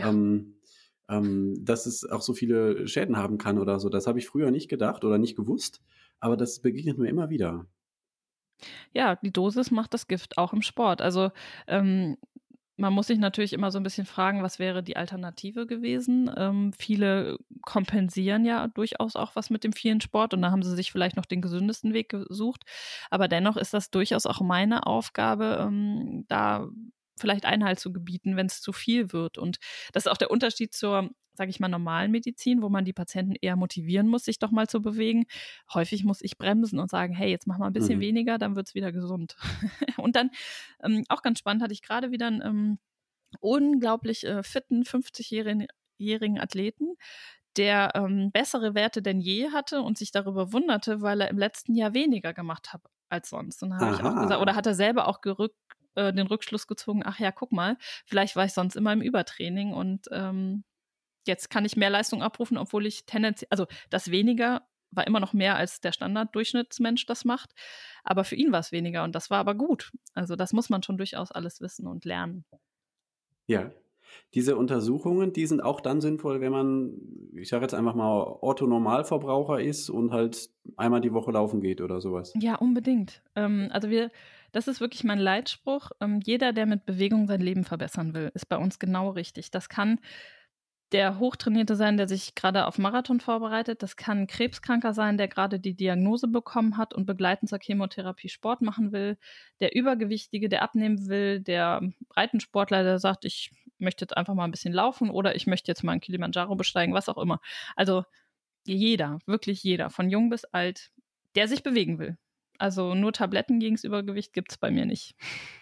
dass es auch so viele Schäden haben kann oder so. Das habe ich früher nicht gedacht oder nicht gewusst, aber das begegnet mir immer wieder. Ja, die Dosis macht das Gift, auch im Sport. Also man muss sich natürlich immer so ein bisschen fragen, was wäre die Alternative gewesen? Viele kompensieren ja durchaus auch was mit dem vielen Sport und da haben sie sich vielleicht noch den gesündesten Weg gesucht. Aber dennoch ist das durchaus auch meine Aufgabe, da vielleicht Einhalt zu gebieten, wenn es zu viel wird. Und das ist auch der Unterschied zur, sage ich mal, normalen Medizin, wo man die Patienten eher motivieren muss, sich doch mal zu bewegen. Häufig muss ich bremsen und sagen, hey, jetzt mach mal ein bisschen weniger, dann wird's wieder gesund. Und dann, auch ganz spannend, hatte ich gerade wieder einen unglaublich fitten 50-jährigen Athleten, der bessere Werte denn je hatte und sich darüber wunderte, weil er im letzten Jahr weniger gemacht hat als sonst. Und dann habe ich auch gesagt, oder hat er selber auch den Rückschluss gezogen, ach ja, guck mal, vielleicht war ich sonst immer im Übertraining und jetzt kann ich mehr Leistung abrufen, obwohl ich tendenziell, also das weniger war immer noch mehr als der Standarddurchschnittsmensch das macht, aber für ihn war es weniger und das war aber gut. Also das muss man schon durchaus alles wissen und lernen. Ja, diese Untersuchungen, die sind auch dann sinnvoll, wenn man, ich sage jetzt einfach mal, Otto-Normalverbraucher ist und halt einmal die Woche laufen geht oder sowas. Ja, unbedingt. Das ist wirklich mein Leitspruch. Jeder, der mit Bewegung sein Leben verbessern will, ist bei uns genau richtig. Das kann der Hochtrainierte sein, der sich gerade auf Marathon vorbereitet. Das kann ein Krebskranker sein, der gerade die Diagnose bekommen hat und begleitend zur Chemotherapie Sport machen will. Der Übergewichtige, der abnehmen will. Der Breitensportler, der sagt, ich möchte jetzt einfach mal ein bisschen laufen oder ich möchte jetzt mal einen Kilimanjaro besteigen, was auch immer. Also jeder, wirklich jeder, von jung bis alt, der sich bewegen will. Also nur Tabletten gegens Übergewicht gibt's bei mir nicht.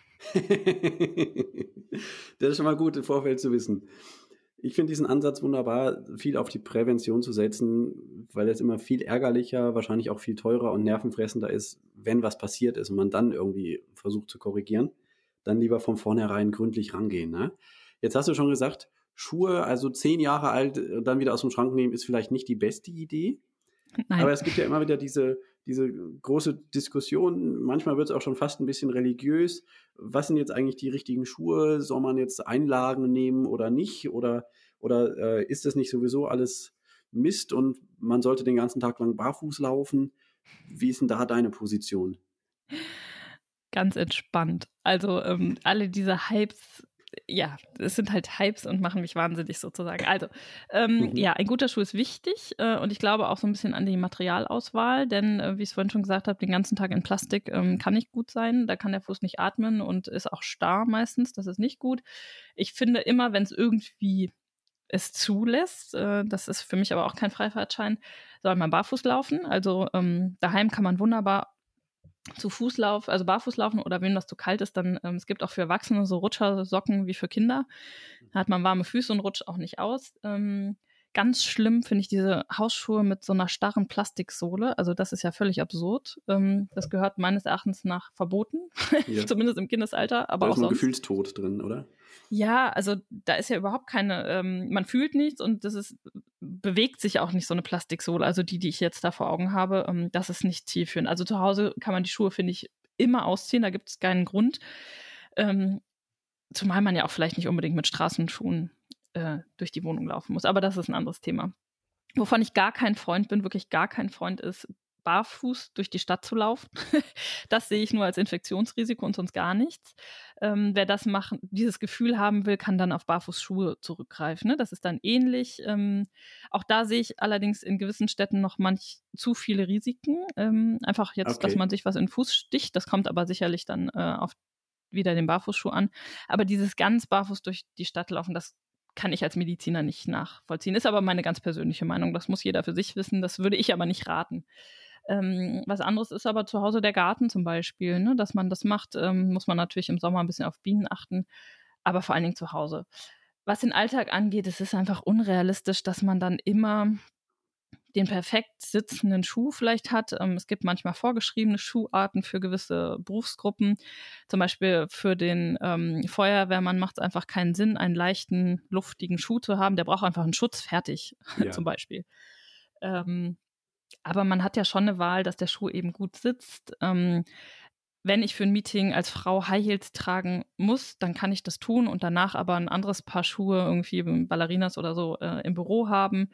Das ist schon mal gut im Vorfeld zu wissen. Ich finde diesen Ansatz wunderbar, viel auf die Prävention zu setzen, weil es immer viel ärgerlicher, wahrscheinlich auch viel teurer und nervenfressender ist, wenn was passiert ist und man dann irgendwie versucht zu korrigieren. Dann lieber von vornherein gründlich rangehen. Ne? Jetzt hast du schon gesagt, Schuhe, also 10 Jahre alt, dann wieder aus dem Schrank nehmen, ist vielleicht nicht die beste Idee. Nein. Aber es gibt ja immer wieder diese große Diskussion, manchmal wird es auch schon fast ein bisschen religiös. Was sind jetzt eigentlich die richtigen Schuhe? Soll man jetzt Einlagen nehmen oder nicht? Oder ist das nicht sowieso alles Mist und man sollte den ganzen Tag lang barfuß laufen? Wie ist denn da deine Position? Ganz entspannt. Also alle diese Hypes, ja, es sind halt Hypes und machen mich wahnsinnig sozusagen. Also, ja, ein guter Schuh ist wichtig und ich glaube auch so ein bisschen an die Materialauswahl, denn wie ich es vorhin schon gesagt habe, den ganzen Tag in Plastik kann nicht gut sein. Da kann der Fuß nicht atmen und ist auch starr meistens. Das ist nicht gut. Ich finde immer, wenn es irgendwie es zulässt, das ist für mich aber auch kein Freifahrtschein, soll man barfuß laufen. Also daheim kann man wunderbar zu Fuß laufen, also barfuß laufen oder wenn das zu kalt ist, dann es gibt auch für Erwachsene so Rutschersocken wie für Kinder. Da hat man warme Füße und rutscht auch nicht aus. Ganz schlimm finde ich diese Hausschuhe mit so einer starren Plastiksohle. Also das ist ja völlig absurd. Das gehört meines Erachtens nach verboten, ja. Zumindest im Kindesalter, aber da auch ist ein sonst. Gefühlstod drin, oder? Ja, also da ist ja überhaupt keine, man fühlt nichts und bewegt sich auch nicht so eine Plastiksohle. Also die ich jetzt da vor Augen habe, das ist nicht zielführend. Also zu Hause kann man die Schuhe, finde ich, immer ausziehen, da gibt es keinen Grund. Zumal man ja auch vielleicht nicht unbedingt mit Straßenschuhen durch die Wohnung laufen muss. Aber das ist ein anderes Thema. Wovon ich gar kein Freund bin, wirklich gar kein Freund ist, barfuß durch die Stadt zu laufen. Das sehe ich nur als Infektionsrisiko und sonst gar nichts. Wer dieses Gefühl haben will, kann dann auf Barfußschuhe zurückgreifen. Ne? Das ist dann ähnlich. Auch da sehe ich allerdings in gewissen Städten noch zu viele Risiken. Einfach jetzt, dass man sich was in den Fuß sticht. Das kommt aber sicherlich dann auf wieder den Barfußschuh an. Aber dieses ganz barfuß durch die Stadt laufen, das kann ich als Mediziner nicht nachvollziehen. Ist aber meine ganz persönliche Meinung. Das muss jeder für sich wissen. Das würde ich aber nicht raten. Was anderes ist aber zu Hause der Garten zum Beispiel, ne? Dass man das macht, muss man natürlich im Sommer ein bisschen auf Bienen achten, aber vor allen Dingen zu Hause. Was den Alltag angeht, es ist einfach unrealistisch, dass man dann immer den perfekt sitzenden Schuh vielleicht hat. Es gibt manchmal vorgeschriebene Schuharten für gewisse Berufsgruppen. Zum Beispiel für den Feuerwehrmann macht es einfach keinen Sinn, einen leichten, luftigen Schuh zu haben. Der braucht einfach einen Schutz, fertig, zum Beispiel. Aber man hat ja schon eine Wahl, dass der Schuh eben gut sitzt. Wenn ich für ein Meeting als Frau High Heels tragen muss, dann kann ich das tun und danach aber ein anderes Paar Schuhe, irgendwie Ballerinas oder so, im Büro haben.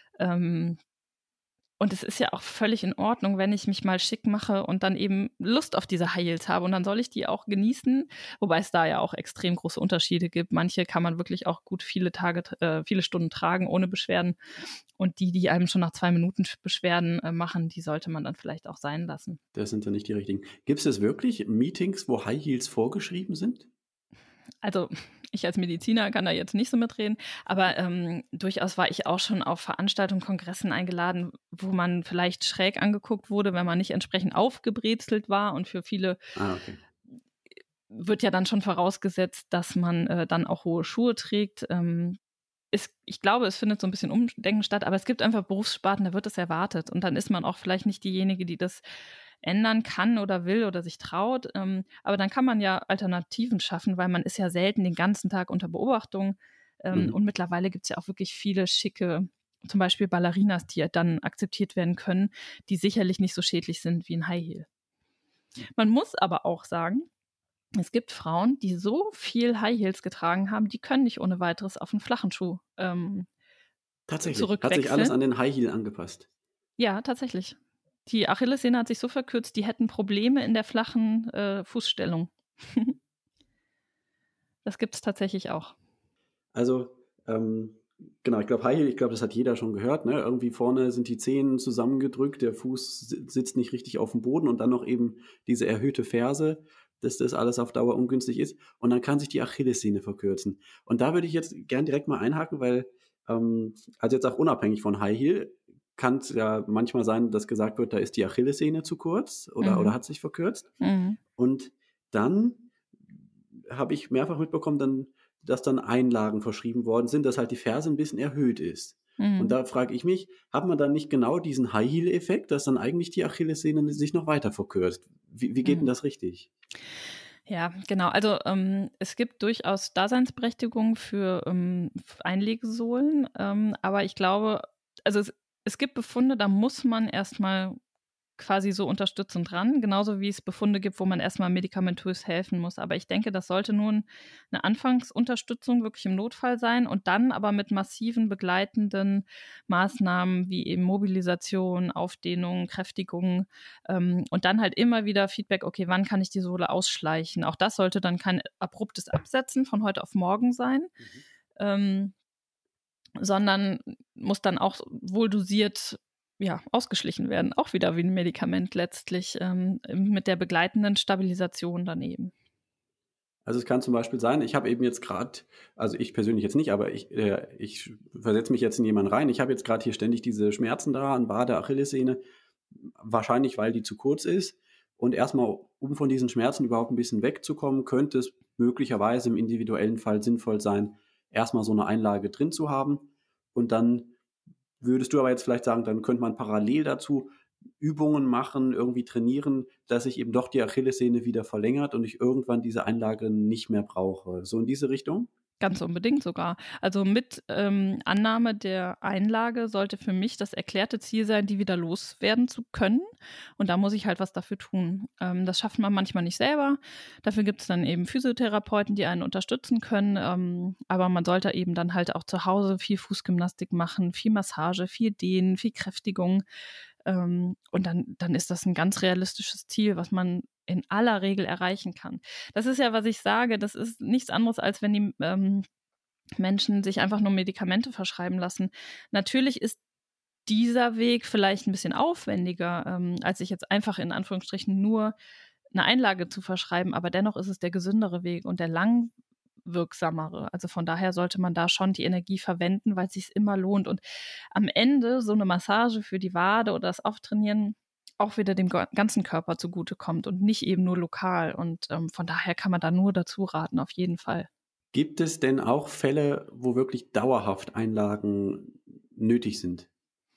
Und es ist ja auch völlig in Ordnung, wenn ich mich mal schick mache und dann eben Lust auf diese High Heels habe. Und dann soll ich die auch genießen, wobei es da ja auch extrem große Unterschiede gibt. Manche kann man wirklich auch gut viele Stunden tragen ohne Beschwerden. Und die einem schon nach 2 Minuten Beschwerden machen, die sollte man dann vielleicht auch sein lassen. Das sind ja nicht die richtigen. Gibt es wirklich Meetings, wo High Heels vorgeschrieben sind? Also ich als Mediziner kann da jetzt nicht so mitreden, aber durchaus war ich auch schon auf Veranstaltungen, Kongressen eingeladen, wo man vielleicht schräg angeguckt wurde, wenn man nicht entsprechend aufgebrezelt war. Und für viele wird ja dann schon vorausgesetzt, dass man dann auch hohe Schuhe trägt. Ich glaube, es findet so ein bisschen Umdenken statt, aber es gibt einfach Berufssparten, da wird es erwartet. Und dann ist man auch vielleicht nicht diejenige, die das ändern kann oder will oder sich traut. Aber dann kann man ja Alternativen schaffen, weil man ist ja selten den ganzen Tag unter Beobachtung. Und mittlerweile gibt es ja auch wirklich viele schicke, zum Beispiel Ballerinas, die ja dann akzeptiert werden können, die sicherlich nicht so schädlich sind wie ein High Heel. Man muss aber auch sagen, es gibt Frauen, die so viel High Heels getragen haben, die können nicht ohne weiteres auf einen flachen Schuh tatsächlich. Hat sich alles an den High Heel angepasst? Ja, tatsächlich. Die Achillessehne hat sich so verkürzt, die hätten Probleme in der flachen Fußstellung. Das gibt es tatsächlich auch. Also, genau, ich glaube, High Heel, das hat jeder schon gehört, ne? Irgendwie vorne sind die Zehen zusammengedrückt, der Fuß sitzt nicht richtig auf dem Boden und dann noch eben diese erhöhte Ferse, dass das alles auf Dauer ungünstig ist. Und dann kann sich die Achillessehne verkürzen. Und da würde ich jetzt gern direkt mal einhaken, weil, also jetzt auch unabhängig von High Heel, kann es ja manchmal sein, dass gesagt wird, da ist die Achillessehne zu kurz oder hat sich verkürzt. Und dann habe ich mehrfach mitbekommen, dass dann Einlagen verschrieben worden sind, dass halt die Ferse ein bisschen erhöht ist. Und da frage ich mich, hat man dann nicht genau diesen High-Heel-Effekt, dass dann eigentlich die Achillessehne sich noch weiter verkürzt? Wie geht denn das richtig? Ja, genau. Also es gibt durchaus Daseinsberechtigung für Einlegesohlen, aber ich glaube, also es gibt Befunde, da muss man erstmal quasi so unterstützend ran, genauso wie es Befunde gibt, wo man erstmal medikamentös helfen muss. Aber ich denke, das sollte nun eine Anfangsunterstützung wirklich im Notfall sein und dann aber mit massiven begleitenden Maßnahmen wie eben Mobilisation, Aufdehnung, Kräftigung und dann halt immer wieder Feedback, okay, wann kann ich die Sohle ausschleichen? Auch das sollte dann kein abruptes Absetzen von heute auf morgen sein. Sondern muss dann auch wohl dosiert ausgeschlichen werden. Auch wieder wie ein Medikament letztlich mit der begleitenden Stabilisation daneben. Also es kann zum Beispiel sein, ich habe eben jetzt gerade, also ich persönlich jetzt nicht, aber ich versetze mich jetzt in jemanden rein. Ich habe jetzt gerade hier ständig diese Schmerzen da an Wade, Achillessehne, wahrscheinlich weil die zu kurz ist. Und erstmal, um von diesen Schmerzen überhaupt ein bisschen wegzukommen, könnte es möglicherweise im individuellen Fall sinnvoll sein, erstmal so eine Einlage drin zu haben. Und dann würdest du aber jetzt vielleicht sagen, dann könnte man parallel dazu Übungen machen, irgendwie trainieren, dass sich eben doch die Achillessehne wieder verlängert und ich irgendwann diese Einlage nicht mehr brauche. So in diese Richtung? Ganz unbedingt sogar. Also mit Annahme der Einlage sollte für mich das erklärte Ziel sein, die wieder loswerden zu können. Und da muss ich halt was dafür tun. Das schafft man manchmal nicht selber. Dafür gibt es dann eben Physiotherapeuten, die einen unterstützen können. Aber man sollte eben dann halt auch zu Hause viel Fußgymnastik machen, viel Massage, viel Dehnen, viel Kräftigung. Und dann ist das ein ganz realistisches Ziel, was man in aller Regel erreichen kann. Das ist ja, was ich sage, das ist nichts anderes, als wenn die Menschen sich einfach nur Medikamente verschreiben lassen. Natürlich ist dieser Weg vielleicht ein bisschen aufwendiger, als sich jetzt einfach in Anführungsstrichen nur eine Einlage zu verschreiben, aber dennoch ist es der gesündere Weg und der langwirksamere. Also von daher sollte man da schon die Energie verwenden, weil es sich immer lohnt. Und am Ende so eine Massage für die Wade oder das Auftrainieren auch wieder dem ganzen Körper zugutekommt und nicht eben nur lokal. Und von daher kann man da nur dazu raten, auf jeden Fall. Gibt es denn auch Fälle, wo wirklich dauerhaft Einlagen nötig sind?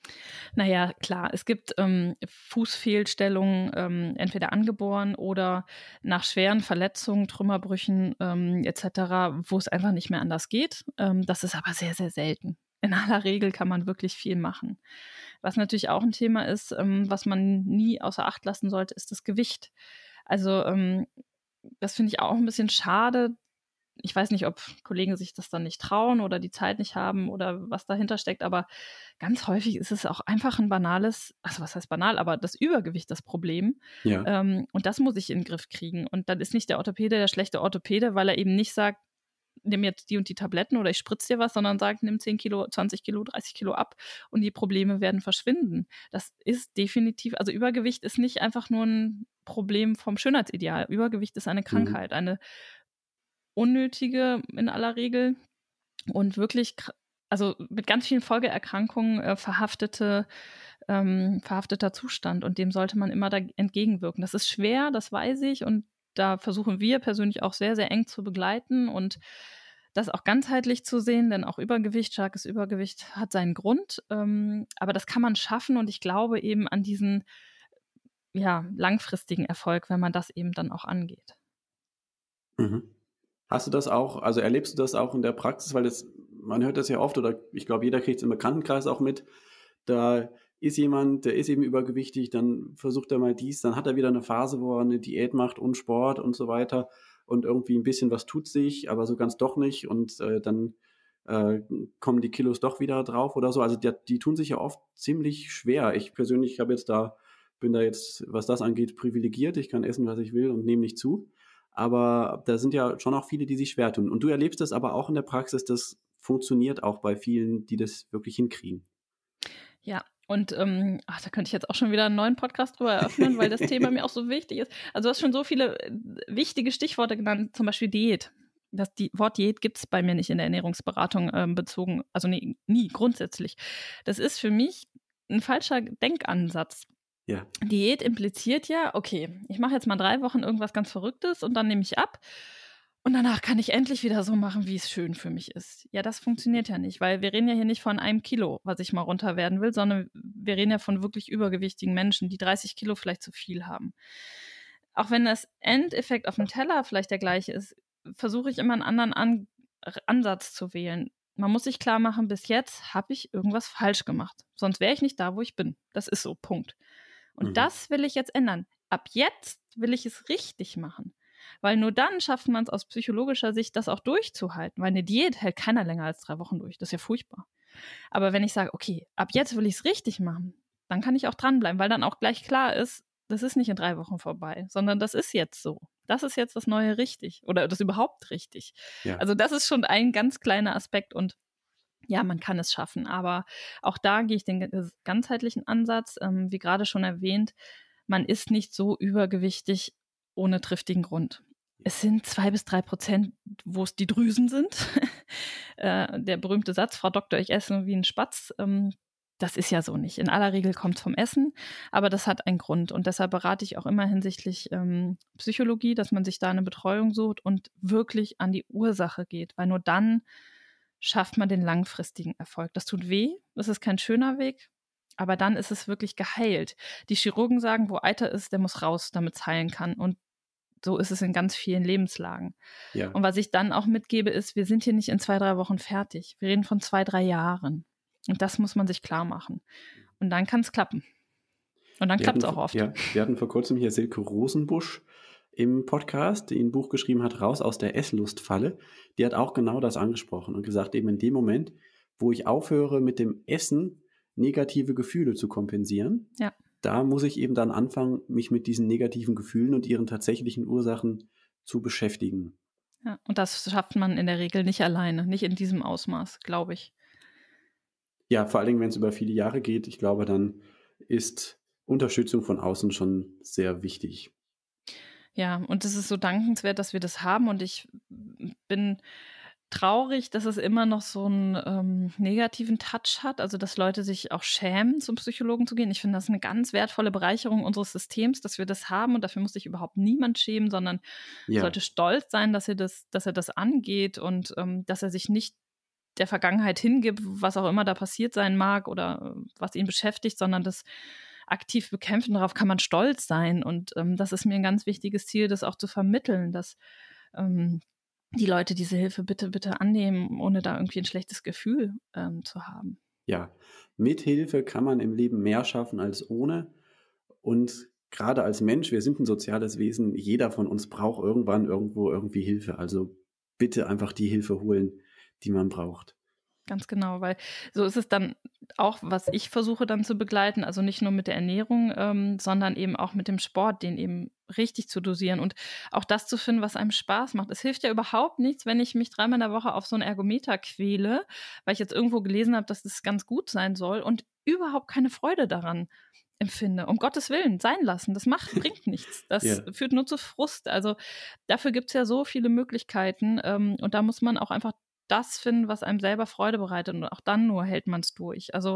Naja, klar, es gibt Fußfehlstellungen, entweder angeboren oder nach schweren Verletzungen, Trümmerbrüchen etc., wo es einfach nicht mehr anders geht. Das ist aber sehr, sehr selten. In aller Regel kann man wirklich viel machen. Was natürlich auch ein Thema ist, was man nie außer Acht lassen sollte, ist das Gewicht. Also das finde ich auch ein bisschen schade. Ich weiß nicht, ob Kollegen sich das dann nicht trauen oder die Zeit nicht haben oder was dahinter steckt, aber ganz häufig ist es auch einfach ein banales, also was heißt banal, aber das Übergewicht das Problem. Ja. Und das muss ich in den Griff kriegen. Und dann ist nicht der Orthopäde der schlechte Orthopäde, weil er eben nicht sagt, nimm jetzt die und die Tabletten oder ich spritze dir was, sondern sagt, nimm 10 Kilo, 20 Kilo, 30 Kilo ab und die Probleme werden verschwinden. Das ist definitiv, also Übergewicht ist nicht einfach nur ein Problem vom Schönheitsideal. Übergewicht ist eine Krankheit, eine unnötige in aller Regel und wirklich, also mit ganz vielen Folgeerkrankungen verhafteter Zustand und dem sollte man immer da entgegenwirken. Das ist schwer, das weiß ich und da versuchen wir persönlich auch sehr, sehr eng zu begleiten und das auch ganzheitlich zu sehen, denn auch Übergewicht, starkes Übergewicht hat seinen Grund, aber das kann man schaffen und ich glaube eben an diesen langfristigen Erfolg, wenn man das eben dann auch angeht. Mhm. Hast du das auch, also erlebst du das auch in der Praxis, weil man hört das ja oft oder ich glaube, jeder kriegt es im Bekanntenkreis auch mit, da ist jemand, der ist eben übergewichtig, dann versucht er mal dies, dann hat er wieder eine Phase, wo er eine Diät macht und Sport und so weiter und irgendwie ein bisschen was tut sich, aber so ganz doch nicht und dann kommen die Kilos doch wieder drauf oder so. Also die tun sich ja oft ziemlich schwer. Ich persönlich bin da jetzt, was das angeht, privilegiert. Ich kann essen, was ich will und nehme nicht zu. Aber da sind ja schon auch viele, die sich schwer tun. Und du erlebst das aber auch in der Praxis, das funktioniert auch bei vielen, die das wirklich hinkriegen. Ja, und da könnte ich jetzt auch schon wieder einen neuen Podcast drüber eröffnen, weil das Thema mir auch so wichtig ist. Also du hast schon so viele wichtige Stichworte genannt, zum Beispiel Diät. Das Wort Diät gibt es bei mir nicht in der Ernährungsberatung bezogen, also nie grundsätzlich. Das ist für mich ein falscher Denkansatz. Ja. Diät impliziert ja, okay, ich mache jetzt mal 3 Wochen irgendwas ganz Verrücktes und dann nehme ich ab. Und danach kann ich endlich wieder so machen, wie es schön für mich ist. Ja, das funktioniert ja nicht, weil wir reden ja hier nicht von 1 Kilo, was ich mal runter werden will, sondern wir reden ja von wirklich übergewichtigen Menschen, die 30 Kilo vielleicht zu viel haben. Auch wenn das Endeffekt auf dem Teller vielleicht der gleiche ist, versuche ich immer einen anderen Ansatz zu wählen. Man muss sich klar machen, bis jetzt habe ich irgendwas falsch gemacht. Sonst wäre ich nicht da, wo ich bin. Das ist so, Punkt. Und das will ich jetzt ändern. Ab jetzt will ich es richtig machen. Weil nur dann schafft man es aus psychologischer Sicht, das auch durchzuhalten. Weil eine Diät hält keiner länger als 3 Wochen durch. Das ist ja furchtbar. Aber wenn ich sage, okay, ab jetzt will ich es richtig machen, dann kann ich auch dranbleiben, weil dann auch gleich klar ist, das ist nicht in 3 Wochen vorbei, sondern das ist jetzt so. Das ist jetzt das Neue richtig oder das überhaupt richtig. Ja. Also das ist schon ein ganz kleiner Aspekt und ja, man kann es schaffen. Aber auch da gehe ich den ganzheitlichen Ansatz, wie gerade schon erwähnt, man ist nicht so übergewichtig ohne triftigen Grund. Es sind 2-3%, wo es die Drüsen sind. Der berühmte Satz, Frau Doktor, ich esse wie ein Spatz. Das ist ja so nicht. In aller Regel kommt es vom Essen, aber das hat einen Grund. Und deshalb berate ich auch immer hinsichtlich Psychologie, dass man sich da eine Betreuung sucht und wirklich an die Ursache geht, weil nur dann schafft man den langfristigen Erfolg. Das tut weh, das ist kein schöner Weg, Aber dann ist es wirklich geheilt. Die Chirurgen sagen, wo Eiter ist, der muss raus, damit es heilen kann. Und so ist es in ganz vielen Lebenslagen. Ja. Und was ich dann auch mitgebe, ist, wir sind hier nicht in 2-3 Wochen fertig. Wir reden von 2-3 Jahren. Und das muss man sich klar machen. Und dann kann es klappen. Und dann klappt es auch oft. Ja, wir hatten vor kurzem hier Silke Rosenbusch im Podcast, die ein Buch geschrieben hat, Raus aus der Esslustfalle. Die hat auch genau das angesprochen und gesagt, eben in dem Moment, wo ich aufhöre, mit dem Essen negative Gefühle zu kompensieren, Ja. da muss ich eben dann anfangen, mich mit diesen negativen Gefühlen und ihren tatsächlichen Ursachen zu beschäftigen. Ja, und das schafft man in der Regel nicht alleine, nicht in diesem Ausmaß, glaube ich. Ja, vor allen Dingen, wenn es über viele Jahre geht, ich glaube, dann ist Unterstützung von außen schon sehr wichtig. Ja, und es ist so dankenswert, dass wir das haben. Und ich bin traurig, dass es immer noch so einen negativen Touch hat, also dass Leute sich auch schämen, zum Psychologen zu gehen. Ich finde das eine ganz wertvolle Bereicherung unseres Systems, dass wir das haben, und dafür muss sich überhaupt niemand schämen, sondern sollte stolz sein, dass er das angeht und dass er sich nicht der Vergangenheit hingibt, was auch immer da passiert sein mag oder was ihn beschäftigt, sondern das aktiv bekämpfen. Darauf kann man stolz sein, und das ist mir ein ganz wichtiges Ziel, das auch zu vermitteln, dass die Leute diese Hilfe bitte annehmen, ohne da irgendwie ein schlechtes Gefühl zu haben. Ja, mit Hilfe kann man im Leben mehr schaffen als ohne. Und gerade als Mensch, wir sind ein soziales Wesen, jeder von uns braucht irgendwann irgendwo irgendwie Hilfe. Also bitte einfach die Hilfe holen, die man braucht. Ganz genau, weil so ist es dann auch, was ich versuche dann zu begleiten, also nicht nur mit der Ernährung, sondern eben auch mit dem Sport, den eben richtig zu dosieren und auch das zu finden, was einem Spaß macht. Es hilft ja überhaupt nichts, wenn ich mich 3-mal in der Woche auf so einen Ergometer quäle, weil ich jetzt irgendwo gelesen habe, dass das ganz gut sein soll und überhaupt keine Freude daran empfinde. Um Gottes Willen, sein lassen, bringt nichts. Das führt nur zu Frust. Also dafür gibt es ja so viele Möglichkeiten, und da muss man auch einfach das finden, was einem selber Freude bereitet, und auch dann nur hält man es durch. Also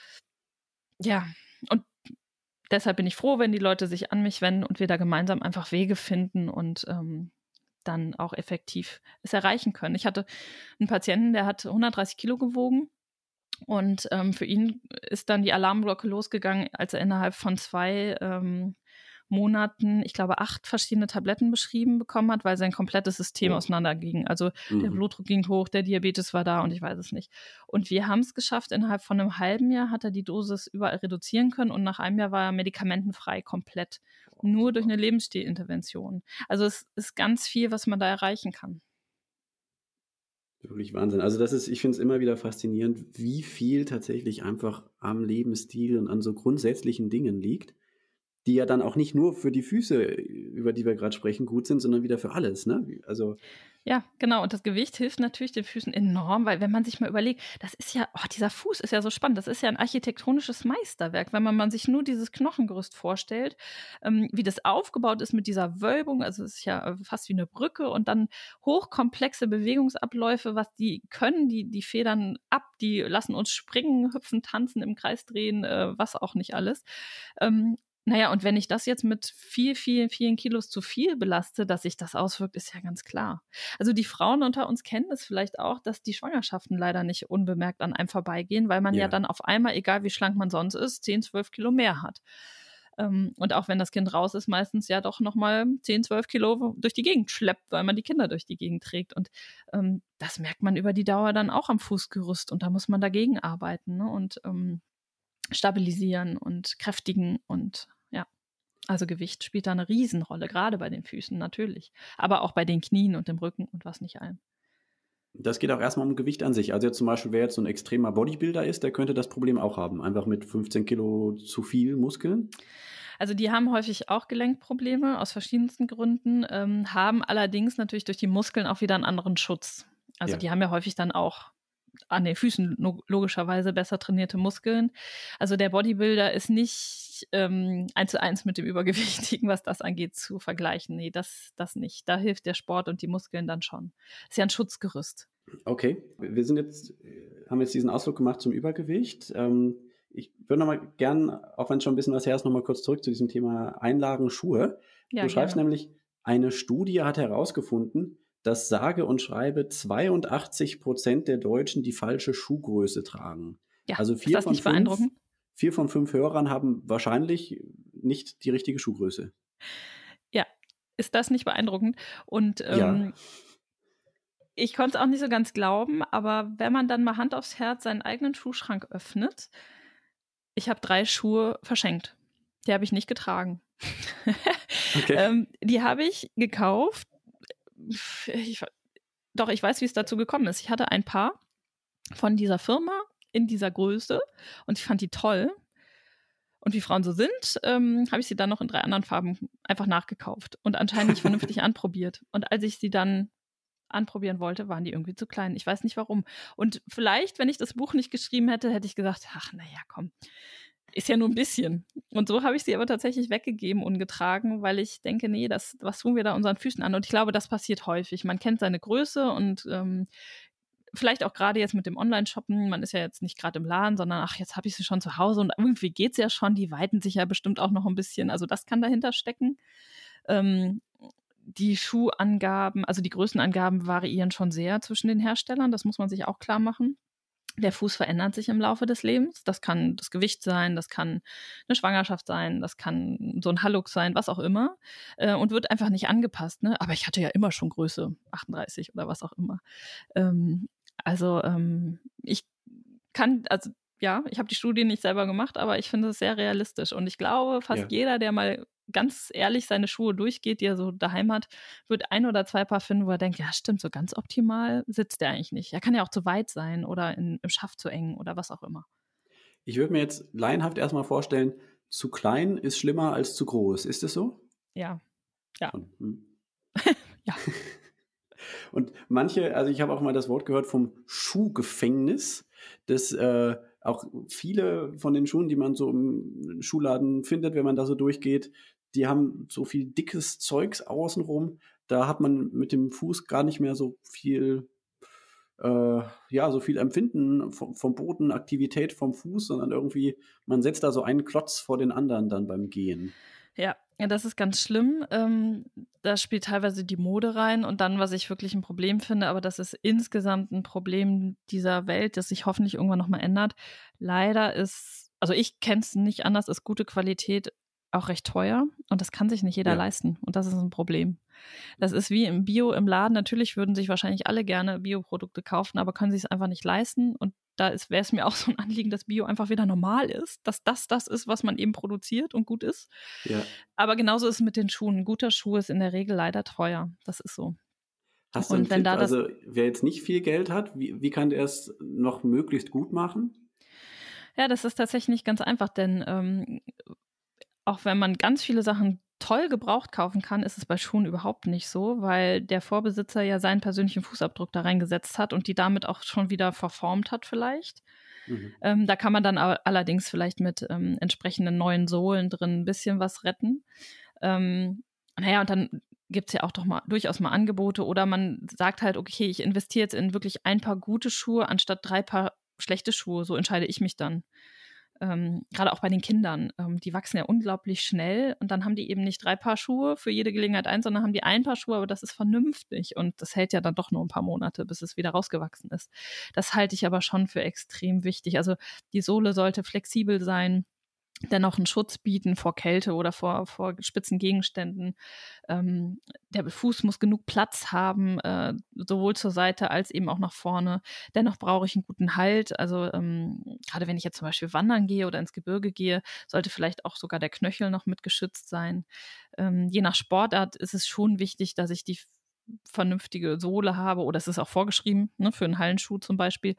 ja, und deshalb bin ich froh, wenn die Leute sich an mich wenden und wir da gemeinsam einfach Wege finden und dann auch effektiv es erreichen können. Ich hatte einen Patienten, der hat 130 Kilo gewogen, und für ihn ist dann die Alarmglocke losgegangen, als er innerhalb von 2 Monaten, ich glaube, 8 verschiedene Tabletten beschrieben bekommen hat, weil sein komplettes System auseinanderging. Also der Blutdruck ging hoch, der Diabetes war da und ich weiß es nicht. Und wir haben es geschafft, innerhalb von einem halben Jahr hat er die Dosis überall reduzieren können, und nach einem Jahr war er medikamentenfrei komplett. Nur durch eine Lebensstilintervention. Also es ist ganz viel, was man da erreichen kann. Wirklich Wahnsinn. Also ich finde es immer wieder faszinierend, wie viel tatsächlich einfach am Lebensstil und an so grundsätzlichen Dingen liegt, die ja dann auch nicht nur für die Füße, über die wir gerade sprechen, gut sind, sondern wieder für alles, ne? Also ja, genau. Und das Gewicht hilft natürlich den Füßen enorm, weil wenn man sich mal überlegt, das ist ja, dieser Fuß ist ja so spannend. Das ist ja ein architektonisches Meisterwerk, wenn man sich nur dieses Knochengerüst vorstellt, wie das aufgebaut ist mit dieser Wölbung. Also es ist ja fast wie eine Brücke, und dann hochkomplexe Bewegungsabläufe, was die können, die federn ab, die lassen uns springen, hüpfen, tanzen, im Kreis drehen, was auch nicht alles. Naja, und wenn ich das jetzt mit vielen Kilos zu viel belaste, dass sich das auswirkt, ist ja ganz klar. Also die Frauen unter uns kennen das vielleicht auch, dass die Schwangerschaften leider nicht unbemerkt an einem vorbeigehen, weil man ja dann auf einmal, egal wie schlank man sonst ist, 10-12 Kilo mehr hat. Und auch wenn das Kind raus ist, meistens ja doch nochmal 10-12 Kilo durch die Gegend schleppt, weil man die Kinder durch die Gegend trägt. Und das merkt man über die Dauer dann auch am Fußgerüst, und da muss man dagegen arbeiten, ne? Und stabilisieren und kräftigen, und ja, also Gewicht spielt da eine Riesenrolle, gerade bei den Füßen natürlich, aber auch bei den Knien und dem Rücken und was nicht allem. Das geht auch erstmal um Gewicht an sich. Also jetzt zum Beispiel, wer jetzt so ein extremer Bodybuilder ist, der könnte das Problem auch haben, einfach mit 15 Kilo zu viel Muskeln. Also die haben häufig auch Gelenkprobleme aus verschiedensten Gründen, haben allerdings natürlich durch die Muskeln auch wieder einen anderen Schutz. Also die haben ja häufig dann auch an den Füßen logischerweise besser trainierte Muskeln. Also der Bodybuilder ist nicht 1:1 mit dem Übergewichtigen, was das angeht, zu vergleichen. Nee, das nicht. Da hilft der Sport und die Muskeln dann schon. Ist ja ein Schutzgerüst. Okay, wir haben jetzt diesen Ausflug gemacht zum Übergewicht. Ich würde noch mal gern, auch wenn es schon ein bisschen was her ist, noch mal kurz zurück zu diesem Thema Einlagen, Schuhe. Ja, du schreibst nämlich, eine Studie hat herausgefunden, dass sage und schreibe 82% der Deutschen die falsche Schuhgröße tragen. Ja, Also ist das nicht beeindruckend? 4 von 5 Hörern haben wahrscheinlich nicht die richtige Schuhgröße. Ja, ist das nicht beeindruckend? Und Ja. ich konnte es auch nicht so ganz glauben, aber wenn man dann mal Hand aufs Herz seinen eigenen Schuhschrank öffnet, ich habe 3 Schuhe verschenkt. Die habe ich nicht getragen. Okay. Die habe ich gekauft. Ich weiß, wie es dazu gekommen ist. Ich hatte ein Paar von dieser Firma in dieser Größe und ich fand die toll. Und wie Frauen so sind, habe ich sie dann noch in 3 anderen Farben einfach nachgekauft und anscheinend nicht vernünftig anprobiert. Und als ich sie dann anprobieren wollte, waren die irgendwie zu klein. Ich weiß nicht warum. Und vielleicht, wenn ich das Buch nicht geschrieben hätte, hätte ich gesagt, ach, naja, komm, ist ja nur ein bisschen. Und so habe ich sie aber tatsächlich weggegeben, ungetragen, weil ich denke, nee, was tun wir da unseren Füßen an? Und ich glaube, das passiert häufig. Man kennt seine Größe und vielleicht auch gerade jetzt mit dem Online-Shoppen, man ist ja jetzt nicht gerade im Laden, sondern ach, jetzt habe ich sie schon zu Hause und irgendwie geht's ja schon, die weiten sich ja bestimmt auch noch ein bisschen. Also das kann dahinter stecken. Die Schuhangaben, also die Größenangaben variieren schon sehr zwischen den Herstellern, das muss man sich auch klar machen. Der Fuß verändert sich im Laufe des Lebens. Das kann das Gewicht sein, das kann eine Schwangerschaft sein, das kann so ein Hallux sein, was auch immer. Und wird einfach nicht angepasst. Ne? Aber ich hatte ja immer schon Größe 38 oder was auch immer. Ich kann, also ja, ich habe die Studie nicht selber gemacht, aber ich finde es sehr realistisch. Und ich glaube, fast jeder, der mal ganz ehrlich seine Schuhe durchgeht, die er so daheim hat, wird 1 oder 2 Paar finden, wo er denkt, ja stimmt, so ganz optimal sitzt der eigentlich nicht. Er kann ja auch zu weit sein oder im Schaft zu eng oder was auch immer. Ich würde mir jetzt laienhaft erstmal vorstellen, zu klein ist schlimmer als zu groß. Ist es so? Ja. Ja. Ja. Und manche, also ich habe auch mal das Wort gehört vom Schuhgefängnis, dass auch viele von den Schuhen, die man so im Schuhladen findet, wenn man da so durchgeht, die haben so viel dickes Zeugs außenrum. Da hat man mit dem Fuß gar nicht mehr so viel, so viel Empfinden vom Boden, Aktivität vom Fuß, sondern irgendwie, man setzt da so einen Klotz vor den anderen dann beim Gehen. Ja, das ist ganz schlimm. Da spielt teilweise die Mode rein und dann, was ich wirklich ein Problem finde, aber das ist insgesamt ein Problem dieser Welt, das sich hoffentlich irgendwann nochmal ändert. Leider also ich kenne es nicht anders, ist gute Qualität auch recht teuer und das kann sich nicht jeder leisten und das ist ein Problem. Das ist wie im Bio im Laden. Natürlich würden sich wahrscheinlich alle gerne Bioprodukte kaufen, aber können sich es einfach nicht leisten und wäre es mir auch so ein Anliegen, dass Bio einfach wieder normal ist, dass das ist, was man eben produziert und gut ist. Ja. Aber genauso ist es mit den Schuhen. Ein guter Schuh ist in der Regel leider teuer. Das ist so. Hast du einen Tipp? Also wer jetzt nicht viel Geld hat, wie kann der es noch möglichst gut machen? Ja, das ist tatsächlich nicht ganz einfach, denn auch wenn man ganz viele Sachen toll gebraucht kaufen kann, ist es bei Schuhen überhaupt nicht so, weil der Vorbesitzer ja seinen persönlichen Fußabdruck da reingesetzt hat und die damit auch schon wieder verformt hat vielleicht. Mhm. Da kann man dann allerdings vielleicht mit entsprechenden neuen Sohlen drin ein bisschen was retten. Und dann gibt's ja auch durchaus mal Angebote oder man sagt halt, okay, ich investiere jetzt in wirklich ein paar gute Schuhe anstatt 3 Paar schlechte Schuhe. So entscheide ich mich dann. Gerade auch bei den Kindern, die wachsen ja unglaublich schnell und dann haben die eben nicht 3 Paar Schuhe für jede Gelegenheit eins, sondern haben die ein Paar Schuhe, aber das ist vernünftig und das hält ja dann doch nur ein paar Monate, bis es wieder rausgewachsen ist. Das halte ich aber schon für extrem wichtig. Also die Sohle sollte flexibel sein, dennoch einen Schutz bieten vor Kälte oder vor spitzen Gegenständen. Der Fuß muss genug Platz haben, sowohl zur Seite als eben auch nach vorne. Dennoch brauche ich einen guten Halt. Also gerade wenn ich jetzt zum Beispiel wandern gehe oder ins Gebirge gehe, sollte vielleicht auch sogar der Knöchel noch mit geschützt sein. Je nach Sportart ist es schon wichtig, dass ich die vernünftige Sohle habe oder es ist auch vorgeschrieben, ne, für einen Hallenschuh zum Beispiel.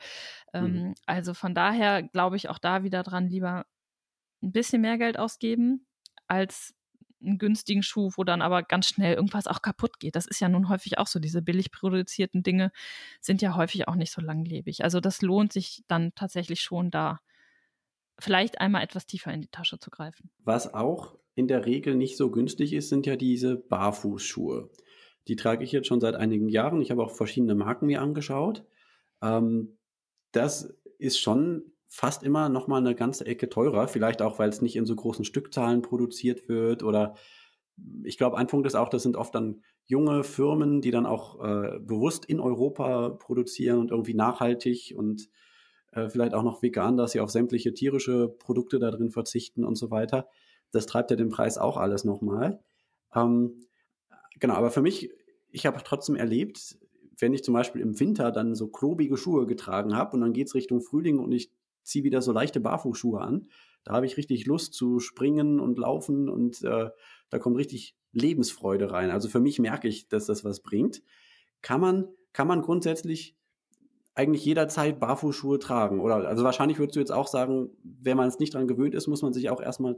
Also von daher glaube ich auch da wieder dran, lieber ein bisschen mehr Geld ausgeben als einen günstigen Schuh, wo dann aber ganz schnell irgendwas auch kaputt geht. Das ist ja nun häufig auch so. Diese billig produzierten Dinge sind ja häufig auch nicht so langlebig. Also das lohnt sich dann tatsächlich schon, da vielleicht einmal etwas tiefer in die Tasche zu greifen. Was auch in der Regel nicht so günstig ist, sind ja diese Barfußschuhe. Die trage ich jetzt schon seit einigen Jahren. Ich habe auch verschiedene Marken mir angeschaut. Das ist schon fast immer noch mal eine ganze Ecke teurer. Vielleicht auch, weil es nicht in so großen Stückzahlen produziert wird oder ich glaube, ein Punkt ist auch, das sind oft dann junge Firmen, die dann auch bewusst in Europa produzieren und irgendwie nachhaltig und vielleicht auch noch vegan, dass sie auf sämtliche tierische Produkte da drin verzichten und so weiter. Das treibt ja den Preis auch alles nochmal. Genau, aber für mich, ich habe trotzdem erlebt, wenn ich zum Beispiel im Winter dann so klobige Schuhe getragen habe und dann geht's Richtung Frühling und ich ziehe wieder so leichte Barfußschuhe an, da habe ich richtig Lust zu springen und laufen und da kommt richtig Lebensfreude rein. Also für mich merke ich, dass das was bringt. Kann man grundsätzlich eigentlich jederzeit Barfußschuhe tragen? Oder also wahrscheinlich würdest du jetzt auch sagen, wenn man es nicht dran gewöhnt ist, muss man sich auch erstmal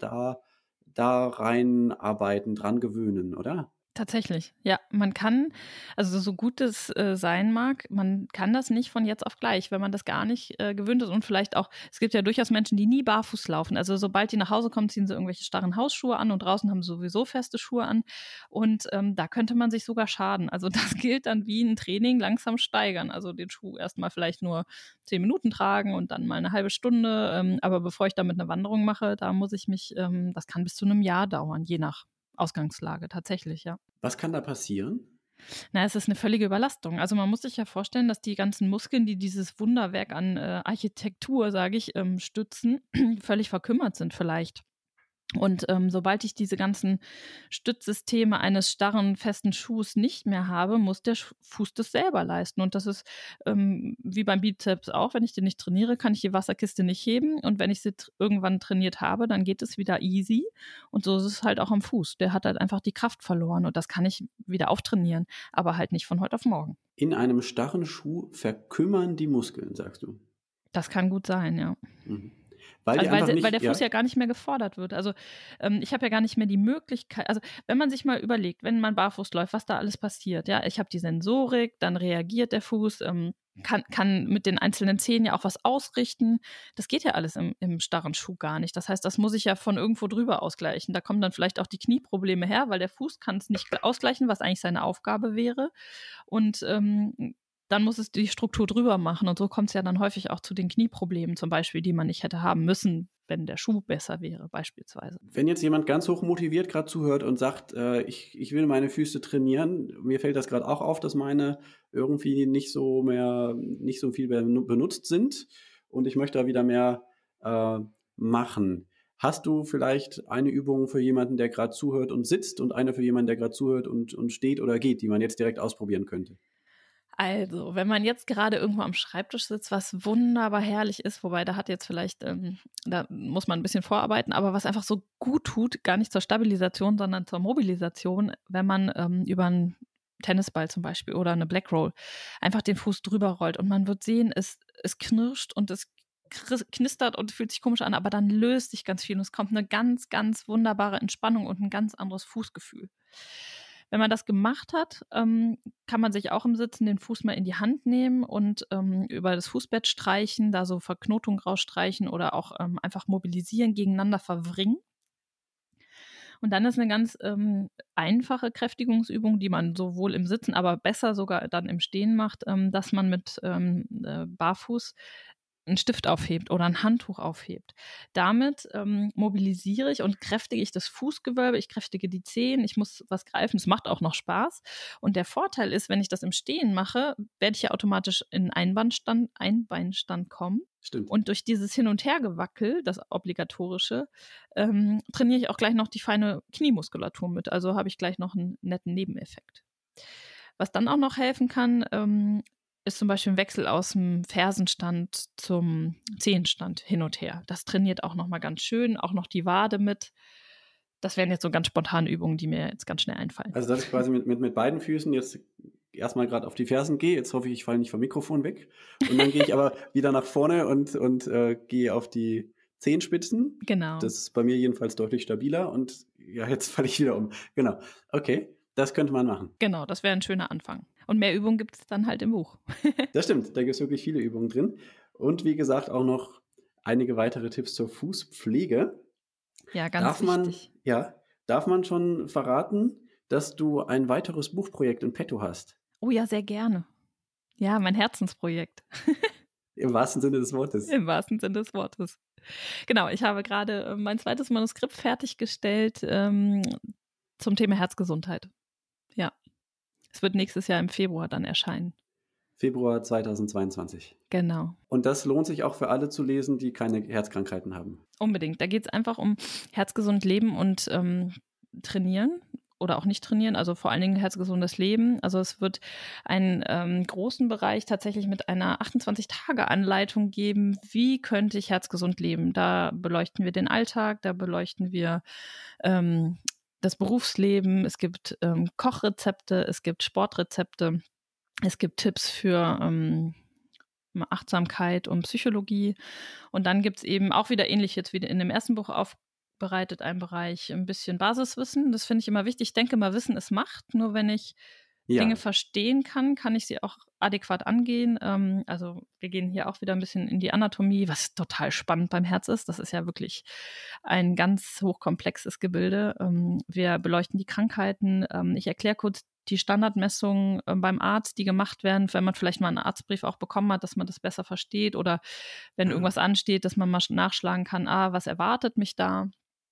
da reinarbeiten, dran gewöhnen, oder? Tatsächlich, ja. Man kann, also so gut es sein mag, man kann das nicht von jetzt auf gleich, wenn man das gar nicht gewöhnt ist. Und vielleicht auch, es gibt ja durchaus Menschen, die nie barfuß laufen. Also sobald die nach Hause kommen, ziehen sie irgendwelche starren Hausschuhe an und draußen haben sie sowieso feste Schuhe an. Und da könnte man sich sogar schaden. Also das gilt dann wie ein Training langsam steigern. Also den Schuh erstmal vielleicht nur 10 Minuten tragen und dann mal eine halbe Stunde. Aber bevor ich damit eine Wanderung mache, da muss ich mich, das kann bis zu einem Jahr dauern, je nach Ausgangslage, tatsächlich, ja. Was kann da passieren? Na, es ist eine völlige Überlastung. Also, man muss sich ja vorstellen, dass die ganzen Muskeln, die dieses Wunderwerk an Architektur, sage ich, stützen, völlig verkümmert sind vielleicht. Und sobald ich diese ganzen Stützsysteme eines starren, festen Schuhs nicht mehr habe, muss der Fuß das selber leisten. Und das ist wie beim Bizeps auch. Wenn ich den nicht trainiere, kann ich die Wasserkiste nicht heben. Und wenn ich sie irgendwann trainiert habe, dann geht es wieder easy. Und so ist es halt auch am Fuß. Der hat halt einfach die Kraft verloren. Und das kann ich wieder auftrainieren, aber halt nicht von heute auf morgen. In einem starren Schuh verkümmern die Muskeln, sagst du. Das kann gut sein, ja. Mhm. Weil Also die einfach weil der nicht, Fuß ja gar nicht mehr gefordert wird. Also ich habe ja gar nicht mehr die Möglichkeit, also wenn man sich mal überlegt, wenn man barfuß läuft, was da alles passiert. Ja, ich habe die Sensorik, dann reagiert der Fuß, kann mit den einzelnen Zehen ja auch was ausrichten. Das geht ja alles im starren Schuh gar nicht. Das heißt, das muss ich ja von irgendwo drüber ausgleichen. Da kommen dann vielleicht auch die Knieprobleme her, weil der Fuß kann es nicht ausgleichen, was eigentlich seine Aufgabe wäre. Und dann muss es die Struktur drüber machen. Und so kommt es ja dann häufig auch zu den Knieproblemen zum Beispiel, die man nicht hätte haben müssen, wenn der Schuh besser wäre beispielsweise. Wenn jetzt jemand ganz hoch motiviert gerade zuhört und sagt, ich will meine Füße trainieren, mir fällt das gerade auch auf, dass meine irgendwie nicht so viel benutzt sind und ich möchte da wieder mehr machen. Hast du vielleicht eine Übung für jemanden, der gerade zuhört und sitzt und eine für jemanden, der gerade zuhört und steht oder geht, die man jetzt direkt ausprobieren könnte? Also, wenn man jetzt gerade irgendwo am Schreibtisch sitzt, was wunderbar herrlich ist, wobei da hat jetzt vielleicht, da muss man ein bisschen vorarbeiten, aber was einfach so gut tut, gar nicht zur Stabilisation, sondern zur Mobilisation, wenn man über einen Tennisball zum Beispiel oder eine Black Roll einfach den Fuß drüber rollt und man wird sehen, es knirscht und es knistert und fühlt sich komisch an, aber dann löst sich ganz viel und es kommt eine ganz, ganz wunderbare Entspannung und ein ganz anderes Fußgefühl. Wenn man das gemacht hat, kann man sich auch im Sitzen den Fuß mal in die Hand nehmen und über das Fußbett streichen, da so Verknotung rausstreichen oder auch einfach mobilisieren, gegeneinander verwringen. Und dann ist eine ganz einfache Kräftigungsübung, die man sowohl im Sitzen, aber besser sogar dann im Stehen macht, dass man mit Barfuß einen Stift aufhebt oder ein Handtuch aufhebt. Damit mobilisiere ich und kräftige ich das Fußgewölbe, ich kräftige die Zehen, ich muss was greifen, es macht auch noch Spaß. Und der Vorteil ist, wenn ich das im Stehen mache, werde ich ja automatisch in Einbeinstand kommen. Stimmt. Und durch dieses Hin- und Hergewackel, das obligatorische, trainiere ich auch gleich noch die feine Kniemuskulatur mit. Also habe ich gleich noch einen netten Nebeneffekt. Was dann auch noch helfen kann, ist zum Beispiel ein Wechsel aus dem Fersenstand zum Zehenstand hin und her. Das trainiert auch nochmal ganz schön, auch noch die Wade mit. Das wären jetzt so ganz spontane Übungen, die mir jetzt ganz schnell einfallen. Also dass ich quasi mit beiden Füßen jetzt erstmal gerade auf die Fersen gehe. Jetzt hoffe ich falle nicht vom Mikrofon weg. Und dann gehe ich aber wieder nach vorne und gehe auf die Zehenspitzen. Genau. Das ist bei mir jedenfalls deutlich stabiler. Und ja, jetzt falle ich wieder um. Genau. Okay, das könnte man machen. Genau, das wäre ein schöner Anfang. Und mehr Übungen gibt es dann halt im Buch. Das stimmt, da gibt es wirklich viele Übungen drin. Und wie gesagt, auch noch einige weitere Tipps zur Fußpflege. Ja, ganz wichtig. Darf man schon verraten, dass du ein weiteres Buchprojekt in petto hast? Oh ja, sehr gerne. Ja, mein Herzensprojekt. Im wahrsten Sinne des Wortes. Im wahrsten Sinne des Wortes. Genau, ich habe gerade mein zweites Manuskript fertiggestellt zum Thema Herzgesundheit. Ja. Es wird nächstes Jahr im Februar dann erscheinen. Februar 2022. Genau. Und das lohnt sich auch für alle zu lesen, die keine Herzkrankheiten haben. Unbedingt. Da geht es einfach um herzgesund leben und trainieren oder auch nicht trainieren, also vor allen Dingen herzgesundes Leben. Also es wird einen großen Bereich tatsächlich mit einer 28-Tage-Anleitung geben, wie könnte ich herzgesund leben. Da beleuchten wir den Alltag, da beleuchten wir das Berufsleben, es gibt Kochrezepte, es gibt Sportrezepte, es gibt Tipps für Achtsamkeit und Psychologie. Und dann gibt es eben auch wieder ähnlich jetzt wie in dem ersten Buch aufbereitet, einen Bereich ein bisschen Basiswissen. Das finde ich immer wichtig. Ich denke mal, Wissen ist Macht. Nur wenn ich Dinge verstehen kann, kann ich sie auch adäquat angehen. Also wir gehen hier auch wieder ein bisschen in die Anatomie, was total spannend beim Herz ist. Das ist ja wirklich ein ganz hochkomplexes Gebilde. Wir beleuchten die Krankheiten. Ich erkläre kurz die Standardmessungen beim Arzt, die gemacht werden, wenn man vielleicht mal einen Arztbrief auch bekommen hat, dass man das besser versteht oder wenn irgendwas ansteht, dass man mal nachschlagen kann, was erwartet mich da?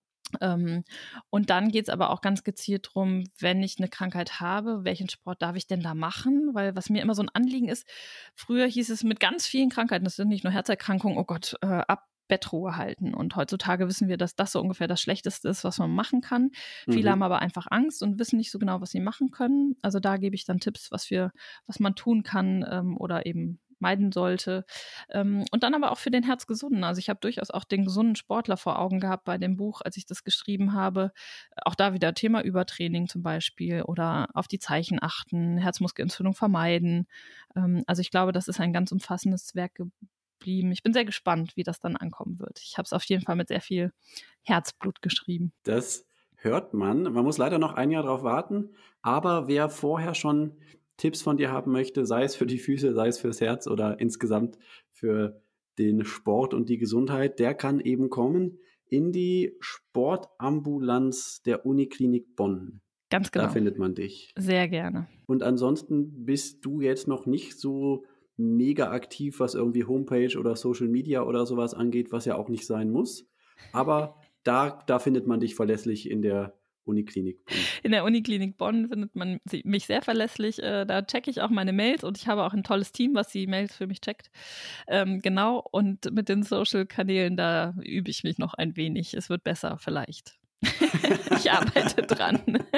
Und dann geht es aber auch ganz gezielt darum, wenn ich eine Krankheit habe, welchen Sport darf ich denn da machen? Weil was mir immer so ein Anliegen ist, früher hieß es mit ganz vielen Krankheiten, das sind nicht nur Herzerkrankungen, oh Gott, ab Bettruhe halten. Und heutzutage wissen wir, dass das so ungefähr das Schlechteste ist, was man machen kann. Viele haben aber einfach Angst und wissen nicht so genau, was sie machen können. Also da gebe ich dann Tipps, was man tun kann oder eben meiden sollte. Und dann aber auch für den Herzgesunden. Also ich habe durchaus auch den gesunden Sportler vor Augen gehabt bei dem Buch, als ich das geschrieben habe. Auch da wieder Thema Übertraining zum Beispiel oder auf die Zeichen achten, Herzmuskelentzündung vermeiden. Also ich glaube, das ist ein ganz umfassendes Werk geblieben. Ich bin sehr gespannt, wie das dann ankommen wird. Ich habe es auf jeden Fall mit sehr viel Herzblut geschrieben. Das hört man. Man muss leider noch ein Jahr drauf warten. Aber wer vorher schon Tipps von dir haben möchte, sei es für die Füße, sei es fürs Herz oder insgesamt für den Sport und die Gesundheit, der kann eben kommen in die Sportambulanz der Uniklinik Bonn. Ganz genau. Da findet man dich. Sehr gerne. Und ansonsten bist du jetzt noch nicht so mega aktiv, was irgendwie Homepage oder Social Media oder sowas angeht, was ja auch nicht sein muss. Aber da findet man dich verlässlich in der Uniklinik Bonn. In der Uniklinik Bonn findet man mich sehr verlässlich. Da checke ich auch meine Mails und ich habe auch ein tolles Team, was die Mails für mich checkt. Genau, und mit den Social-Kanälen, da übe ich mich noch ein wenig. Es wird besser vielleicht. Ich arbeite dran.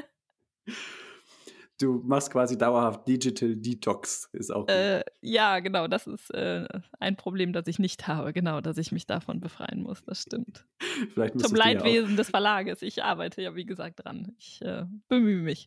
Du machst quasi dauerhaft Digital Detox, ist auch gut. Ja, genau, das ist ein Problem, das ich nicht habe, genau, dass ich mich davon befreien muss, das stimmt. Vielleicht Zum Leidwesen des Verlages, ich arbeite ja, wie gesagt, dran. Ich bemühe mich.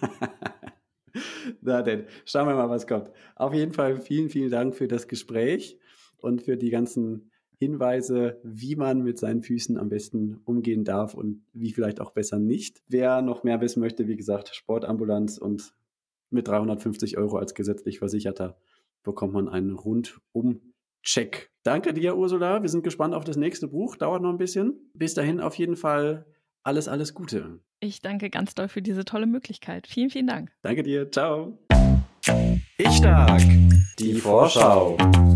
Na denn, schauen wir mal, was kommt. Auf jeden Fall vielen, vielen Dank für das Gespräch und für die ganzen Hinweise, wie man mit seinen Füßen am besten umgehen darf und wie vielleicht auch besser nicht. Wer noch mehr wissen möchte, wie gesagt, Sportambulanz und mit 350 € als gesetzlich Versicherter bekommt man einen Rundum-Check. Danke dir, Ursula. Wir sind gespannt auf das nächste Buch. Dauert noch ein bisschen. Bis dahin auf jeden Fall alles Gute. Ich danke ganz doll für diese tolle Möglichkeit. Vielen, vielen Dank. Danke dir. Ciao. Ich Stark. Die Vorschau.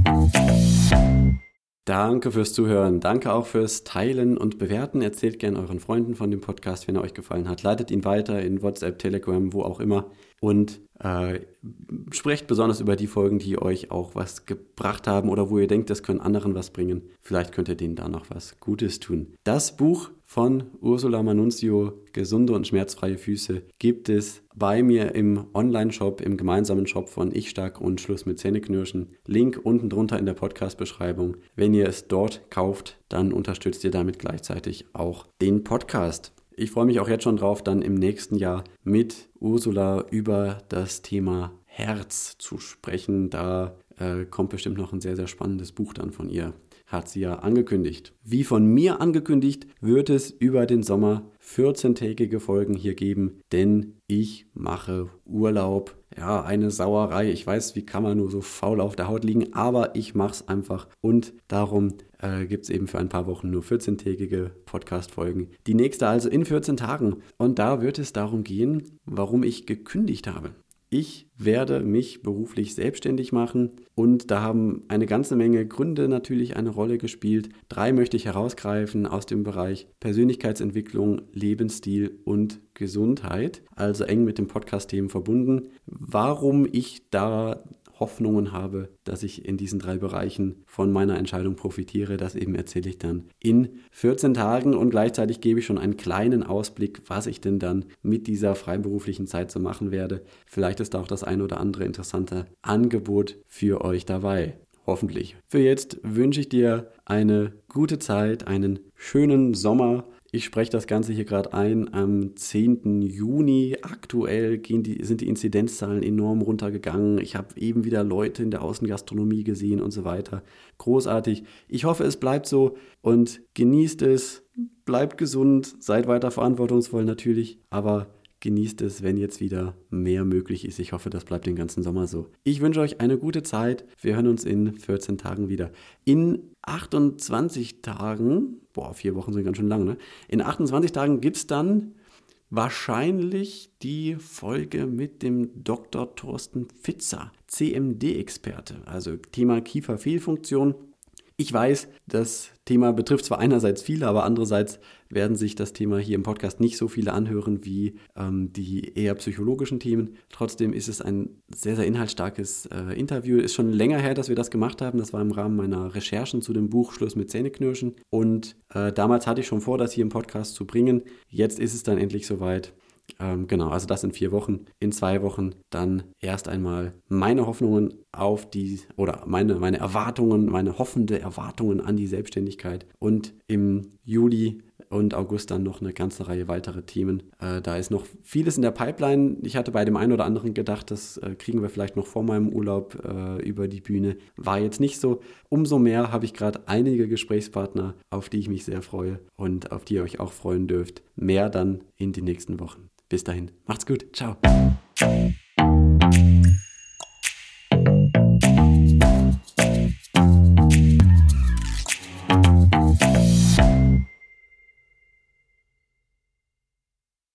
Danke fürs Zuhören. Danke auch fürs Teilen und Bewerten. Erzählt gerne euren Freunden von dem Podcast, wenn er euch gefallen hat. Leitet ihn weiter in WhatsApp, Telegram, wo auch immer. Und sprecht besonders über die Folgen, die euch auch was gebracht haben oder wo ihr denkt, das können anderen was bringen. Vielleicht könnt ihr denen da noch was Gutes tun. Das Buch von Ursula Manunzio, Gesunde und schmerzfreie Füße, gibt es bei mir im Online-Shop, im gemeinsamen Shop von Ich Stark und Schluss mit Zähneknirschen. Link unten drunter in der Podcast-Beschreibung. Wenn ihr es dort kauft, dann unterstützt ihr damit gleichzeitig auch den Podcast. Ich freue mich auch jetzt schon drauf, dann im nächsten Jahr mit Ursula über das Thema Herz zu sprechen. Da kommt bestimmt noch ein sehr, sehr spannendes Buch dann von ihr. Hat sie ja angekündigt. Wie von mir angekündigt, wird es über den Sommer 14-tägige Folgen hier geben, denn ich mache Urlaub. Ja, eine Sauerei. Ich weiß, wie kann man nur so faul auf der Haut liegen, aber ich mache es einfach und darum gibt es eben für ein paar Wochen nur 14-tägige Podcast-Folgen. Die nächste also in 14 Tagen. Und da wird es darum gehen, warum ich gekündigt habe. Ich werde mich beruflich selbstständig machen und da haben eine ganze Menge Gründe natürlich eine Rolle gespielt. 3 möchte ich herausgreifen aus dem Bereich Persönlichkeitsentwicklung, Lebensstil und Gesundheit, also eng mit dem Podcast-Themen verbunden. Warum ich da Hoffnungen habe, dass ich in diesen 3 Bereichen von meiner Entscheidung profitiere. Das eben erzähle ich dann in 14 Tagen und gleichzeitig gebe ich schon einen kleinen Ausblick, was ich denn dann mit dieser freiberuflichen Zeit so machen werde. Vielleicht ist da auch das ein oder andere interessante Angebot für euch dabei. Hoffentlich. Für jetzt wünsche ich dir eine gute Zeit, einen schönen Sommer. Ich spreche das Ganze hier gerade ein am 10. Juni. Aktuell sind die Inzidenzzahlen enorm runtergegangen. Ich habe eben wieder Leute in der Außengastronomie gesehen und so weiter. Großartig. Ich hoffe, es bleibt so und genießt es. Bleibt gesund, seid weiter verantwortungsvoll natürlich, aber genießt es, wenn jetzt wieder mehr möglich ist. Ich hoffe, das bleibt den ganzen Sommer so. Ich wünsche euch eine gute Zeit. Wir hören uns in 14 Tagen wieder. In 28 Tagen, 4 Wochen sind ganz schön lang, ne? In 28 Tagen gibt es dann wahrscheinlich die Folge mit dem Dr. Thorsten Pfitzer, CMD-Experte, also Thema Kieferfehlfunktion. Ich weiß, das Thema betrifft zwar einerseits viele, aber andererseits werden sich das Thema hier im Podcast nicht so viele anhören wie die eher psychologischen Themen. Trotzdem ist es ein sehr, sehr inhaltsstarkes Interview. Ist schon länger her, dass wir das gemacht haben. Das war im Rahmen meiner Recherchen zu dem Buch Schluss mit Zähneknirschen. Und damals hatte ich schon vor, das hier im Podcast zu bringen. Jetzt ist es dann endlich soweit. Genau, also das in 4 Wochen. In 2 Wochen dann erst einmal meine Hoffnungen auf meine Erwartungen, meine hoffende Erwartungen an die Selbstständigkeit und im Juli und August dann noch eine ganze Reihe weitere Themen. Da ist noch vieles in der Pipeline. Ich hatte bei dem einen oder anderen gedacht, das kriegen wir vielleicht noch vor meinem Urlaub über die Bühne. War jetzt nicht so. Umso mehr habe ich gerade einige Gesprächspartner, auf die ich mich sehr freue und auf die ihr euch auch freuen dürft. Mehr dann in den nächsten Wochen. Bis dahin, macht's gut, ciao.